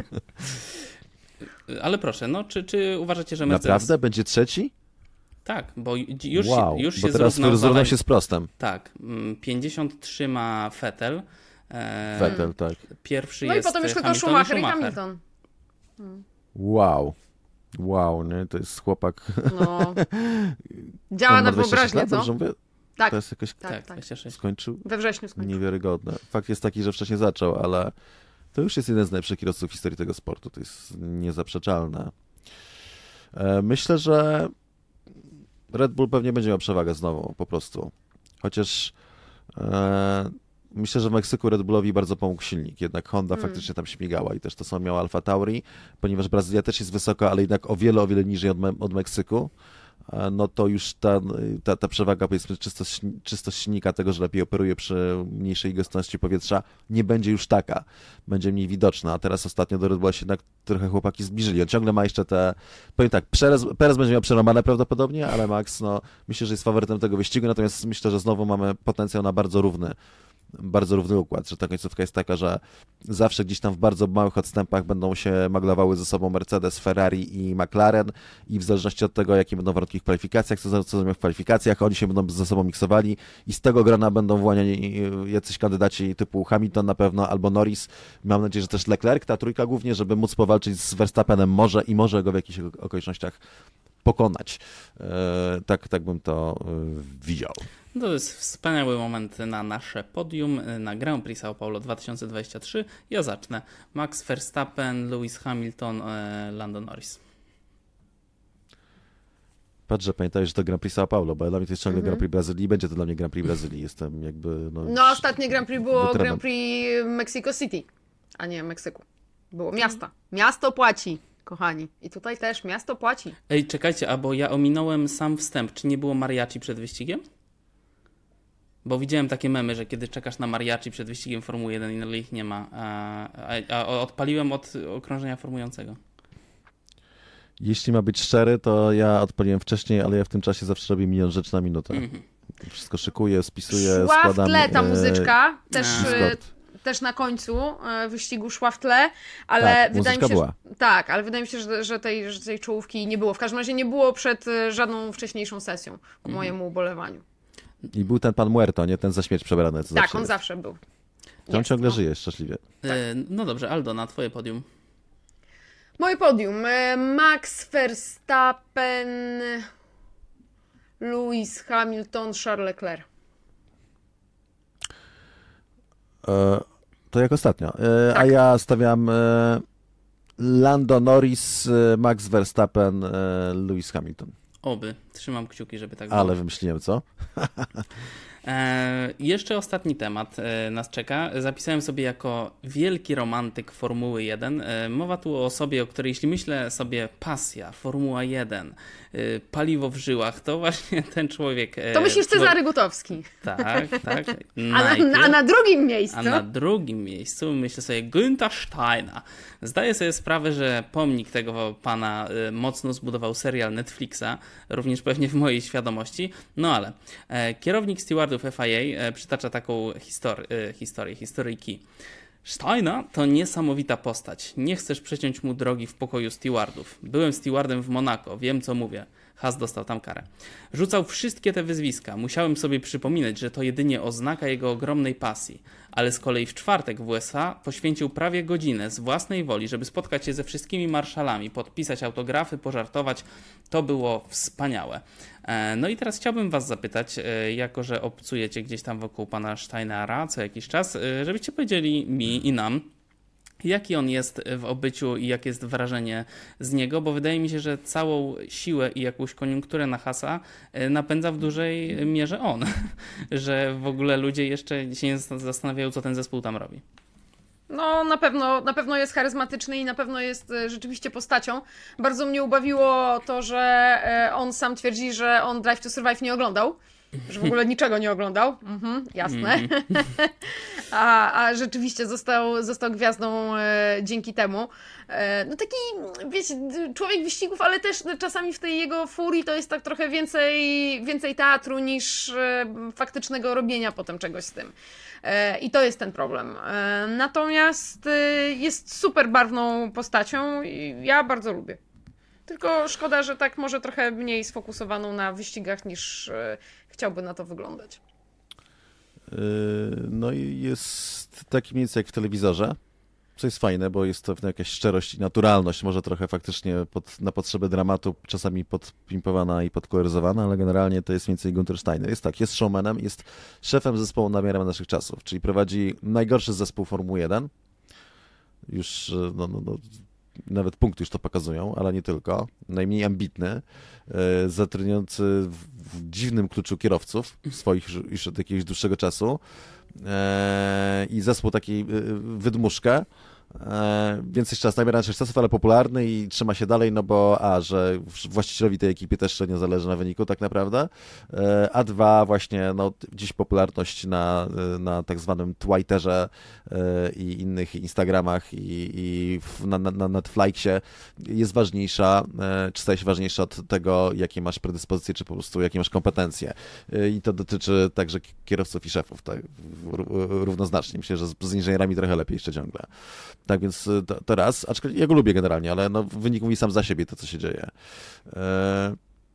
B: Ale proszę, no czy, czy uważacie, że Mercedes...
A: Naprawdę? Będzie trzeci?
B: Tak, bo już,
A: wow,
B: się, już
A: bo
B: się
A: teraz
B: zrównał,
A: zrównał
B: dalej...
A: się z Prostem.
B: Tak, pięćdziesiąt trzy ma Vettel. E...
A: Vettel, tak.
B: Pierwszy
C: No
B: jest
C: i potem już tylko
B: Hamilton
C: Schumacher
B: i
C: i
B: Schumacher.
C: Hamilton. Hmm.
A: Wow. Wow, nie? To jest chłopak...
C: No. Działa
A: On
C: na
A: ma dwadzieścia sześć
C: wyobraźnię,
A: lat,
C: co?
A: dobrze mówię?
C: Tak,
A: To jest jakoś...
C: tak,
B: Tak,
C: tak.
B: dwadzieścia sześć.
A: Skończył?
C: We wrześniu skończył.
A: Niewiarygodne. Fakt jest taki, że wcześniej zaczął, ale to już jest jeden z najlepszych kierowców w historii tego sportu. To jest niezaprzeczalne. E, Myślę, że Red Bull pewnie będzie miał przewagę znowu, po prostu. Chociaż e, myślę, że w Meksyku Red Bullowi bardzo pomógł silnik. Jednak Honda
C: Hmm.
A: faktycznie tam śmigała i też to samo miała Alfa Tauri, ponieważ Brazylia też jest wysoka, ale jednak o wiele, o wiele niżej od, Me- od Meksyku. No to już ta, ta, ta przewaga, powiedzmy, czystość, czystość silnika, tego, że lepiej operuje przy mniejszej gęstości powietrza, nie będzie już taka. Będzie mniej widoczna. A teraz ostatnio do Red Bulla się jednak trochę chłopaki zbliżyli. On ciągle ma jeszcze te... Powiem tak, Perez, Perez będzie miał przerąbane prawdopodobnie, ale Max, no, myślę, że jest faworytem tego wyścigu, natomiast myślę, że znowu mamy potencjał na bardzo równy bardzo równy układ, że ta końcówka jest taka, że zawsze gdzieś tam w bardzo małych odstępach będą się maglowały ze sobą Mercedes, Ferrari i McLaren i w zależności od tego, jakie będą warunki w kwalifikacjach, co, co zrobią w kwalifikacjach, oni się będą ze sobą miksowali i z tego grona będą wyłaniani jacyś kandydaci typu Hamilton na pewno albo Norris. Mam nadzieję, że też Leclerc, ta trójka głównie, żeby móc powalczyć z Verstappenem może i może go w jakichś okolicznościach pokonać. E, tak, tak bym to e, widział.
B: To jest wspaniały moment na nasze podium na Grand Prix São Paulo dwa tysiące dwudziesty trzeci. Ja zacznę. Max Verstappen, Lewis Hamilton, Lando Norris.
A: Patrz, że pamiętaj, że to Grand Prix São Paulo, bo dla mnie to jest ciągle
C: Mhm.
A: Grand Prix Brazylii i będzie to dla mnie Grand Prix Brazylii. Jestem jakby... No,
C: No ostatnie Grand Prix było
A: weteranem.
C: Grand Prix Mexico City, a nie Meksyku. Było miasta. Miasto płaci, kochani. I tutaj też miasto płaci.
B: Ej, czekajcie, a bo ja ominąłem sam wstęp. Czy nie było mariachi przed wyścigiem? Bo widziałem takie memy, że kiedy czekasz na mariachi przed wyścigiem Formuły jeden i nagle ich nie ma, a, a, a odpaliłem od okrążenia formującego.
A: Jeśli ma być szczery, to ja odpaliłem wcześniej, ale ja w tym czasie zawsze robię milion rzeczy na minutę.
B: Mhm.
A: Wszystko szykuję, spisuję,
C: Szła
A: składam.
C: w tle ta
A: e,
C: muzyczka, też,
B: A.
C: e,
A: Discord.
C: też na końcu e, wyścigu szła w tle, ale
A: Tak,
C: wydaje mi
A: muzyczka
C: się,
A: była.
C: że, tak, ale wydaje mi się, że, że, tej, że tej czołówki nie było. W każdym razie nie było przed e, żadną wcześniejszą sesją, ku
B: Mhm.
C: mojemu ubolewaniu.
A: I był ten pan Muerto, nie ten za śmierć przebrany. Co
C: Tak,
A: zawsze
C: on
A: jest.
C: zawsze był.
A: On
C: Jest,
A: ciągle
C: no.
A: żyje szczęśliwie.
B: E, no dobrze, Aldo, na twoje podium.
C: Moje podium. e, Max Verstappen, Lewis Hamilton, Charles Leclerc.
A: E, to jak ostatnio. E,
C: Tak.
A: A ja stawiam e, Lando Norris, e, Max Verstappen, e, Lewis Hamilton.
B: Oby. Trzymam kciuki, żeby tak było.
A: Ale wymyśliłem, co?
B: E, jeszcze ostatni temat e, nas czeka. Zapisałem sobie jako wielki romantyk Formuły jeden. E, mowa tu o osobie, o której jeśli myślę sobie pasja, Formuła jeden, e, paliwo w żyłach, to właśnie ten człowiek... E,
C: To myślisz
B: człowiek-
C: Cezary Gutowski.
B: Tak, tak.
C: A na,
B: Najpierw.
C: a na drugim miejscu?
B: A na drugim miejscu myślę sobie Günther Steiner. Zdaję sobie sprawę, że pomnik tego pana y, mocno zbudował serial Netflixa, również pewnie w mojej świadomości. No ale e, kierownik stewardów F I A e, przytacza taką histori- e, historię, historyjki. Steiner to niesamowita postać. Nie chcesz przeciąć mu drogi w pokoju stewardów. Byłem stewardem w Monako, wiem co mówię. Haas dostał tam karę. Rzucał wszystkie te wyzwiska. Musiałem sobie przypominać, że to jedynie oznaka jego ogromnej pasji. Ale z kolei w czwartek w U S A poświęcił prawie godzinę z własnej woli, żeby spotkać się ze wszystkimi marszalami, podpisać autografy, pożartować. To było wspaniałe. E, No i teraz chciałbym was zapytać, e, jako że obcujecie gdzieś tam wokół pana Steinera co jakiś czas, e, żebyście powiedzieli mi i nam, jaki on jest w obyciu i jakie jest wrażenie z niego, bo wydaje mi się, że całą siłę i jakąś koniunkturę na Haasa napędza w dużej mierze on, że w ogóle ludzie jeszcze się nie zastanawiają, co ten zespół tam robi.
C: No, na pewno, na pewno jest charyzmatyczny i na pewno jest rzeczywiście postacią. Bardzo mnie ubawiło to, że on sam twierdzi, że on Drive to Survive nie oglądał. Że w ogóle niczego nie oglądał. Mhm, jasne. Mm. a, a rzeczywiście został, został gwiazdą e, dzięki temu. E, no taki, wiecie, człowiek wyścigów, ale też czasami w tej jego furii to jest tak trochę więcej, więcej teatru niż e, faktycznego robienia potem czegoś z tym. E, I to jest ten problem. E, natomiast e, jest super barwną postacią i ja bardzo lubię. Tylko szkoda, że tak może trochę mniej sfokusowaną na wyścigach niż e, chciałby na to wyglądać.
A: Yy, no i jest taki mniej więcej jak w telewizorze, co jest fajne, bo jest to jakaś szczerość i naturalność, może trochę faktycznie pod, na potrzeby dramatu, czasami podpimpowana i podkoloryzowana, ale generalnie to jest mniej więcej Gunther Steiner. Jest tak, jest showmanem, jest szefem zespołu na miarę naszych czasów, czyli prowadzi najgorszy zespół Formuły jeden. Już, no, no, no nawet punkty już to pokazują, ale nie tylko. Najmniej ambitny, e, zatrudniający w, w dziwnym kluczu kierowców swoich już od jakiegoś dłuższego czasu e, i zespół taki e, wydmuszkę. E, więc jeszcze raz nabierający czasów, ale popularny i trzyma się dalej, no bo a, że właścicielowi tej ekipy też nie zależy na wyniku tak naprawdę, e, a dwa właśnie, no dziś popularność na, na tak zwanym Twitterze e, i innych Instagramach i, i w, na, na, na Netflixie jest ważniejsza, e, czy staje się ważniejsza od tego, jakie masz predyspozycje, czy po prostu jakie masz kompetencje. E, I to dotyczy także kierowców i szefów, tak, równoznacznie. Myślę, że z, z inżynierami trochę lepiej jeszcze ciągle. Tak więc to, to raz, aczkolwiek ja go lubię generalnie, ale no, wynik mówi sam za siebie to, co się dzieje. Eee,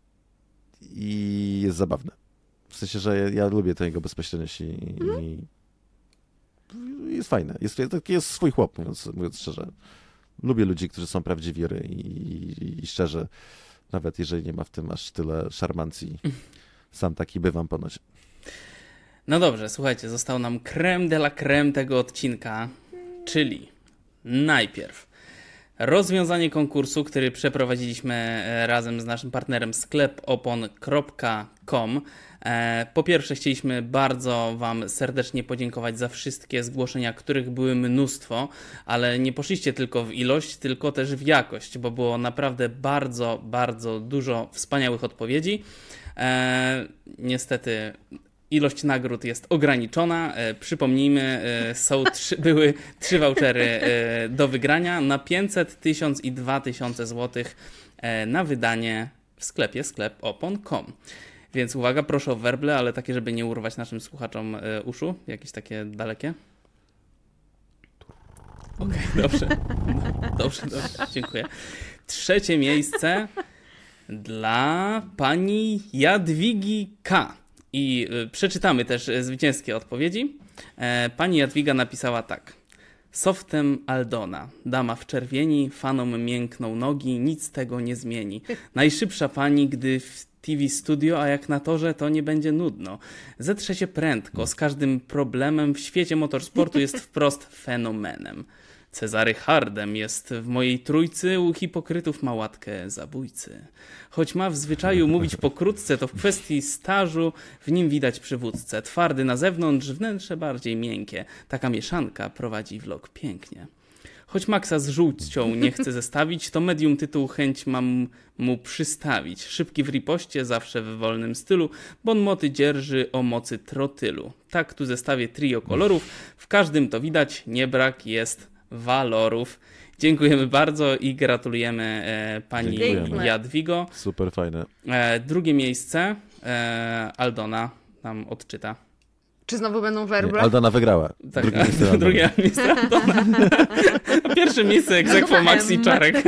A: I jest zabawne. W sensie, że ja, ja lubię tę jego bezpośredniość i, mm. i jest fajne. Jest, taki jest swój chłop, mówiąc, mówiąc szczerze. Lubię ludzi, którzy są prawdziwi i, i, i szczerze, nawet jeżeli nie ma w tym aż tyle szarmancji. Sam taki bywam ponoć.
B: No dobrze, słuchajcie, został nam crème de la crème tego odcinka, czyli najpierw rozwiązanie konkursu, który przeprowadziliśmy razem z naszym partnerem sklep opon kropka com. Po pierwsze chcieliśmy bardzo Wam serdecznie podziękować za wszystkie zgłoszenia, których było mnóstwo, ale nie poszliście tylko w ilość, tylko też w jakość, bo było naprawdę bardzo, bardzo dużo wspaniałych odpowiedzi. E, niestety ilość nagród jest ograniczona. E, przypomnijmy, e, są trzy, były trzy vouchery e, do wygrania na pięćset, tysiąc i dwa tysiące złotych e, na wydanie w sklepie sklep opon kropka com. Więc uwaga, proszę o werble, ale takie, żeby nie urwać naszym słuchaczom e, uszu. Jakieś takie dalekie. Okej, okay, dobrze. Dobrze, dobrze, dziękuję. Trzecie miejsce dla pani Jadwigi K. I y, przeczytamy też y, zwycięskie odpowiedzi. E, pani Jadwiga napisała tak. Softem Aldona, dama w czerwieni, fanom miękną nogi, nic tego nie zmieni. Najszybsza pani, gdy w T V studio, a jak na torze, to nie będzie nudno. Zetrze się prędko, z każdym problemem w świecie motorsportu jest wprost fenomenem. Cezary Hardem jest w mojej trójcy, u hipokrytów ma łatkę zabójcy. Choć ma w zwyczaju mówić pokrótce, to w kwestii stażu w nim widać przywódcę. Twardy na zewnątrz, wnętrze bardziej miękkie. Taka mieszanka prowadzi vlog pięknie. Choć Maxa z żółcią nie chce zestawić, to medium tytuł chęć mam mu przystawić. Szybki w ripoście, zawsze w wolnym stylu, bon moty dzierży o mocy trotylu. Tak tu zestawię trio kolorów, w każdym to widać, nie brak jest walorów. Dziękujemy bardzo i gratulujemy e, pani
A: Dziękujemy.
B: Jadwigo.
A: Super fajne.
B: E, drugie miejsce e, Aldona nam odczyta.
C: Czy znowu będą werble?
A: Nie, Aldona wygrała.
B: Tak,
A: Drugie miejsce Aldona.
B: Drugie miejsce Aldona. A pierwsze miejsce egzekwo Maxi Czarek.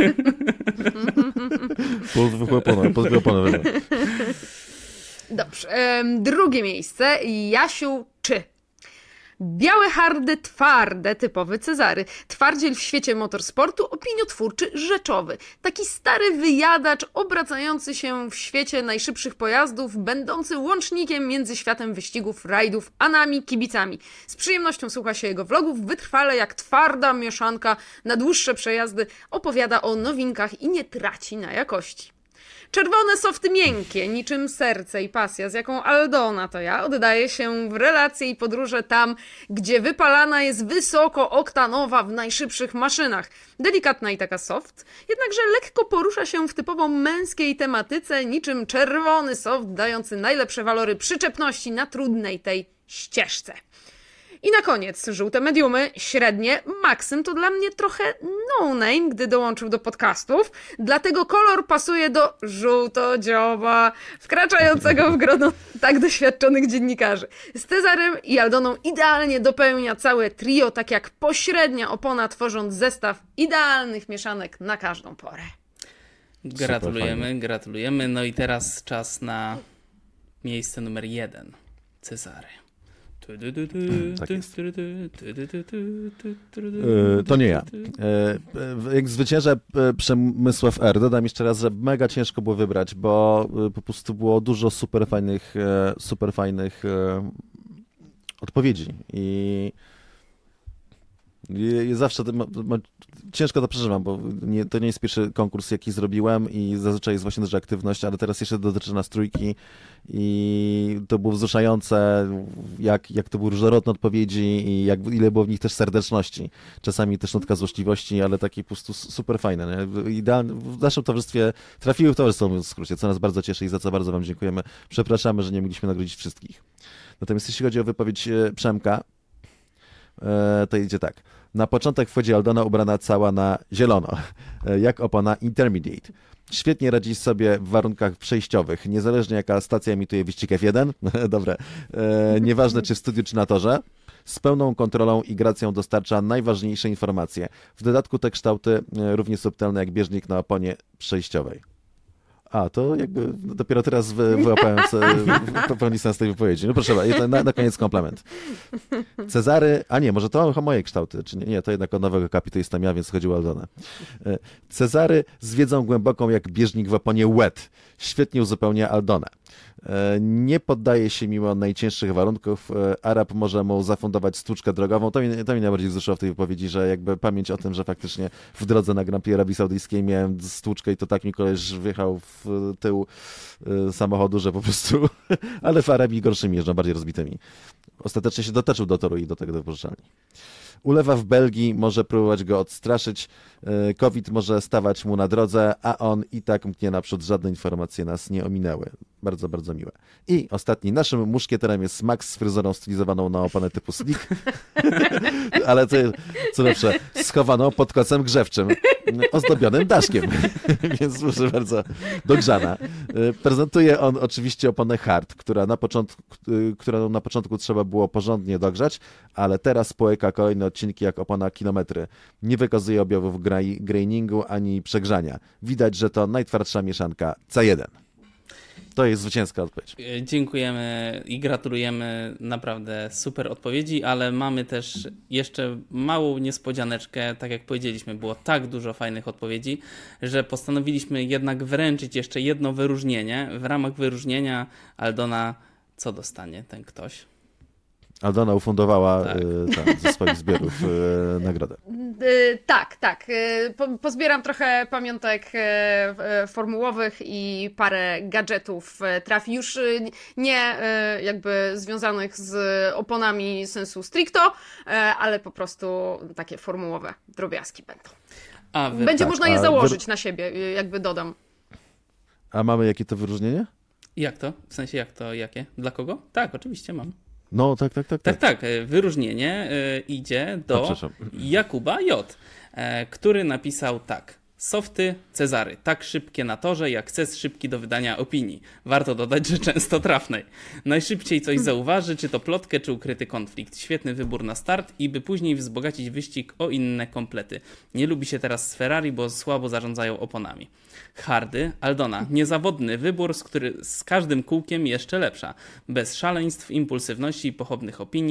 A: Pozwól oponę, pozwól oponę.
C: Dobrze. Drugie miejsce Jasiu Czy. Białe hardy, twarde, typowy Cezary. Twardziel w świecie motorsportu, opiniotwórczy, rzeczowy. Taki stary wyjadacz obracający się w świecie najszybszych pojazdów, będący łącznikiem między światem wyścigów, rajdów, a nami, kibicami. Z przyjemnością słucha się jego vlogów, wytrwale jak twarda mieszanka na dłuższe przejazdy opowiada o nowinkach i nie traci na jakości. Czerwone softy miękkie, niczym serce i pasja, z jaką Aldona to ja oddaje się w relacje i podróże tam, gdzie wypalana jest wysokooktanowa w najszybszych maszynach. Delikatna i taka soft, jednakże lekko porusza się w typowo męskiej tematyce, niczym czerwony soft dający najlepsze walory przyczepności na trudnej tej ścieżce. I na koniec żółte mediumy, średnie, Maksym to dla mnie trochę no-name, gdy dołączył do podcastów, dlatego kolor pasuje do żółtodzioba, wkraczającego w grono tak doświadczonych dziennikarzy. Z Cezarym i Aldoną idealnie dopełnia całe trio, tak jak pośrednia opona, tworząc zestaw idealnych mieszanek na każdą porę.
B: Gratulujemy, gratulujemy. No i teraz czas na miejsce numer jeden. Cezary.
A: Tak jest. To nie ja. Jak zwycięża Przemysław R. Dodam jeszcze raz, że mega ciężko było wybrać, bo po prostu było dużo super fajnych, super fajnych odpowiedzi i I zawsze ma, ma, ciężko to przeżywam, bo nie, to nie jest pierwszy konkurs, jaki zrobiłem i zazwyczaj jest właśnie duża aktywność, ale teraz jeszcze dotyczy nas trójki i to było wzruszające, jak, jak to były różnorodne odpowiedzi i jak, ile było w nich też serdeczności. Czasami też nutka złośliwości, ale takie po prostu super fajne. Nie? Idealne, w naszym towarzystwie trafiły w towarzystwo, mówiąc w skrócie, co nas bardzo cieszy i za co bardzo wam dziękujemy. Przepraszamy, że nie mogliśmy nagrodzić wszystkich. Natomiast jeśli chodzi o wypowiedź Przemka, to idzie tak. Na początek wchodzi Aldona ubrana cała na zielono, jak opona Intermediate. Świetnie radzi sobie w warunkach przejściowych, niezależnie jaka stacja emituje wyścig F jeden, dobre, e, nieważne czy w studiu, czy na torze, z pełną kontrolą i gracją dostarcza najważniejsze informacje. W dodatku te kształty równie subtelne jak bieżnik na oponie przejściowej. A, to jakby dopiero teraz wy, wyłapałem pełni sens tej wypowiedzi. No proszę, na, na koniec komplement. Cezary, a nie, może to o moje kształty, czy nie, nie, to jednak o nowego kapitułista miał, więc chodziło o Aldonę. Cezary z wiedzą głęboką jak bieżnik w oponie wet. Świetnie uzupełnia Aldonę. Nie poddaje się mimo najcięższych warunków. Arab może mu zafundować stłuczkę drogową. To mnie, to mnie najbardziej wzruszyło w tej wypowiedzi, że jakby pamięć o tym, że faktycznie w drodze na Grand Prix Arabii Saudyjskiej miałem stłuczkę i to tak mi koleś wjechał w tył samochodu, że po prostu... Ale w Arabii gorszymi jeżdżą, bardziej rozbitymi. Ostatecznie się dotoczył do toru i do tego do wypożyczalni. Ulewa w Belgii, może próbować go odstraszyć. COVID może stawać mu na drodze, a on i tak mknie naprzód. Żadne informacje nas nie ominęły. Bardzo, bardzo miłe. I ostatni. Naszym muszkieterem jest Max z fryzurą stylizowaną na oponę typu slick. Ale to jest, co lepsze, schowaną pod kocem grzewczym, ozdobionym daszkiem. Więc proszę bardzo, dogrzana. Prezentuje on oczywiście oponę hard, która na początku, którą na początku trzeba było porządnie dogrzać, ale teraz połyka kolejne odcinki jak opona kilometry. Nie wykazuje objawów grainingu ani przegrzania. Widać, że to najtwardsza mieszanka C jeden. To jest zwycięska odpowiedź.
B: Dziękujemy i gratulujemy, naprawdę super odpowiedzi, ale mamy też jeszcze małą niespodzianeczkę. Tak jak powiedzieliśmy, było tak dużo fajnych odpowiedzi, że postanowiliśmy jednak wręczyć jeszcze jedno wyróżnienie. W ramach wyróżnienia Aldona, co dostanie ten ktoś?
A: Aldona ufundowała
B: tak.
A: y, tam, ze swoich zbiorów y, nagrodę.
C: Y, tak, tak. Y, po, pozbieram trochę pamiątek y, formułowych i parę gadżetów trafi już y, nie y, jakby związanych z oponami sensu stricto, y, ale po prostu takie formułowe drobiazgi będą. A wy... Będzie tak, można je założyć wy... na siebie, y, jakby dodam.
A: A mamy jakie to wyróżnienie?
B: Jak to? W sensie jak to, jakie? Dla kogo? Tak, oczywiście mam.
A: No, tak, tak, tak.
B: Tak, tak. tak. Wyróżnienie idzie do Jakuba J., który napisał tak. Softy Cezary, tak szybkie na torze, jak Cez szybki do wydania opinii. Warto dodać, że często trafnej. Najszybciej coś zauważy, czy to plotkę, czy ukryty konflikt. Świetny wybór na start i by później wzbogacić wyścig o inne komplety. Nie lubi się teraz z Ferrari, bo słabo zarządzają oponami. Hardy, Aldona, niezawodny wybór, z, który z każdym kółkiem jeszcze lepsza. Bez szaleństw, impulsywności i pochopnych opinii.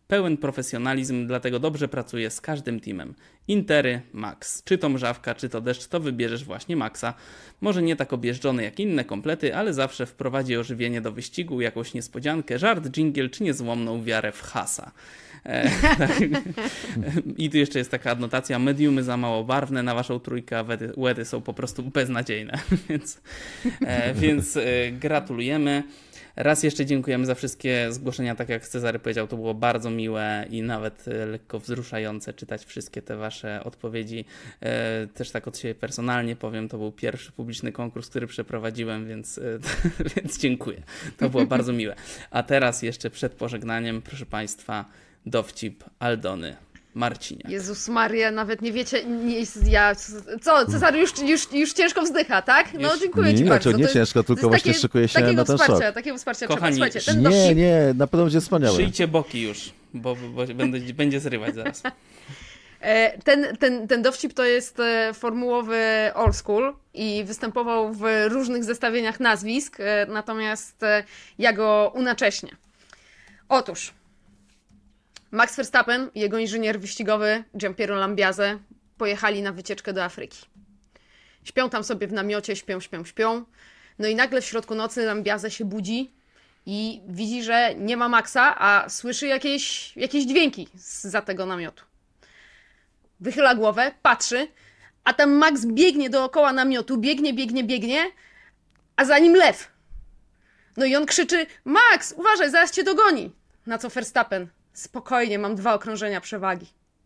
B: Pełen profesjonalizm, dlatego dobrze pracuje z każdym teamem. Intery, Max. Czy to mrzawka, czy to deszcz, to wybierzesz właśnie Maxa. Może nie tak objeżdżony jak inne komplety, ale zawsze wprowadzi ożywienie do wyścigu, jakąś niespodziankę, żart, dżingiel, czy niezłomną wiarę w hasa. E, tak. I tu jeszcze jest taka adnotacja, mediumy za mało barwne na waszą trójkę, a wedy, łedy są po prostu beznadziejne. więc e, więc e, gratulujemy. Raz jeszcze dziękujemy za wszystkie zgłoszenia, tak jak Cezary powiedział, to było bardzo miłe i nawet lekko wzruszające czytać wszystkie te wasze odpowiedzi. E, też tak od siebie personalnie powiem, to był pierwszy publiczny konkurs, który przeprowadziłem, więc, e, więc dziękuję. To było bardzo miłe. A teraz jeszcze przed pożegnaniem, proszę Państwa, dowcip Aldony Marciniak.
C: Jezus Maria, nawet nie wiecie, nie, ja, co, Cezary już, już, już ciężko wzdycha, tak? No
B: Już-
C: dziękuję
A: Nie,
C: Ci
A: nie,
C: bardzo.
A: to nie
C: jest-
A: ciężko,
C: to jest
A: tylko właśnie
C: takie-
A: szykuję się
C: takiego
A: na ten
C: wsparcia,
A: szok.
C: Takiego wsparcia
B: Kochani,
C: trzeba. Słuchajcie, ten
A: Nie,
C: dowcip,
A: nie, na pewno będzie wspaniałe.
B: Szyjcie boki już, bo, bo będę, będzie zrywać zaraz.
C: e, ten, ten, ten dowcip to jest e, formułowy old school i występował w różnych zestawieniach nazwisk, e, natomiast e, ja go unacześnię. Otóż Max Verstappen i jego inżynier wyścigowy Giampiero Lambiase pojechali na wycieczkę do Afryki. Śpią tam sobie w namiocie, śpią, śpią, śpią. No i nagle w środku nocy Lambiase się budzi i widzi, że nie ma Maxa, a słyszy jakieś, jakieś dźwięki zza tego namiotu. Wychyla głowę, patrzy, a tam Max biegnie dookoła namiotu, biegnie, biegnie, biegnie, a za nim lew. No i on krzyczy: Max, uważaj, zaraz cię dogoni. Na co Verstappen: spokojnie, mam dwa okrążenia przewagi.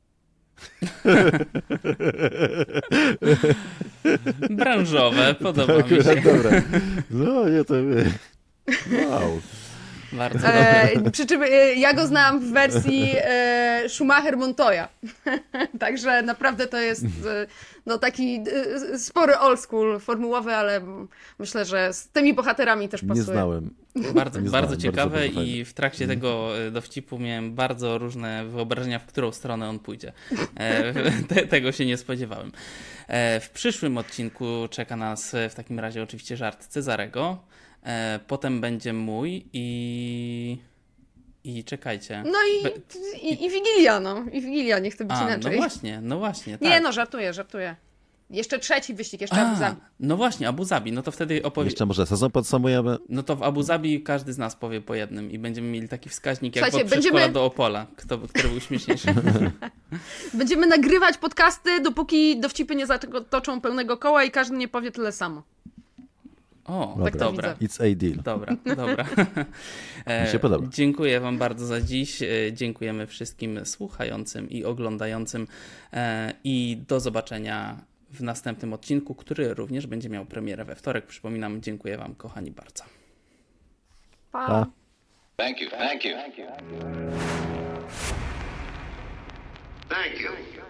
B: Branżowe, podoba mi
A: Akurat
B: się.
A: dobre. No, nie, to... Wow.
B: Bardzo dobre.
C: E, przy czym e, ja go znam w wersji e, Schumacher-Montoya. Także naprawdę to jest e, no, taki e, spory old school formułowy, ale myślę, że z tymi bohaterami też pasuje.
A: Nie znałem.
B: Bardzo,
A: Nie
B: bardzo
A: znałem,
B: ciekawe
A: bardzo, bardzo
B: i w trakcie tego e, dowcipu miałem bardzo różne wyobrażenia, w którą stronę on pójdzie. E, te, tego się nie spodziewałem. E, w przyszłym odcinku czeka nas e, w takim razie oczywiście żart Cezarego. E, potem będzie mój i... I czekajcie.
C: No i,
B: Be-
C: i, i Wigilia, no. I Wigilia, nie chcę być
B: A, no
C: inaczej.
B: właśnie, no właśnie. Tak.
C: Nie, no żartuję, żartuję. Jeszcze trzeci wyścig, jeszcze Abu
B: A,
C: Zabi.
B: no właśnie, Abu Zabi. No to wtedy opowie...
A: Jeszcze może sezon podsumujemy?
B: No to w Abu Zabi każdy z nas powie po jednym i będziemy mieli taki wskaźnik jak
C: Słuchajcie,
B: od przedszkola
C: będziemy-
B: do Opola, kto, który był śmieszniejszy.
C: Będziemy nagrywać podcasty, dopóki dowcipy nie zatoczą pełnego koła i każdy nie powie tyle samo.
B: O,
A: Dobra.
B: tak dobra.
A: It's a deal.
B: Dobra, dobra. E,
A: Mi się podoba.
B: Dziękuję Wam bardzo za dziś. E, Dziękujemy wszystkim słuchającym i oglądającym. E, I do zobaczenia w następnym odcinku, który również będzie miał premierę we wtorek. Przypominam, dziękuję Wam, kochani, bardzo.
C: Pa.
A: Pa.
D: Thank you. Thank you. Thank you.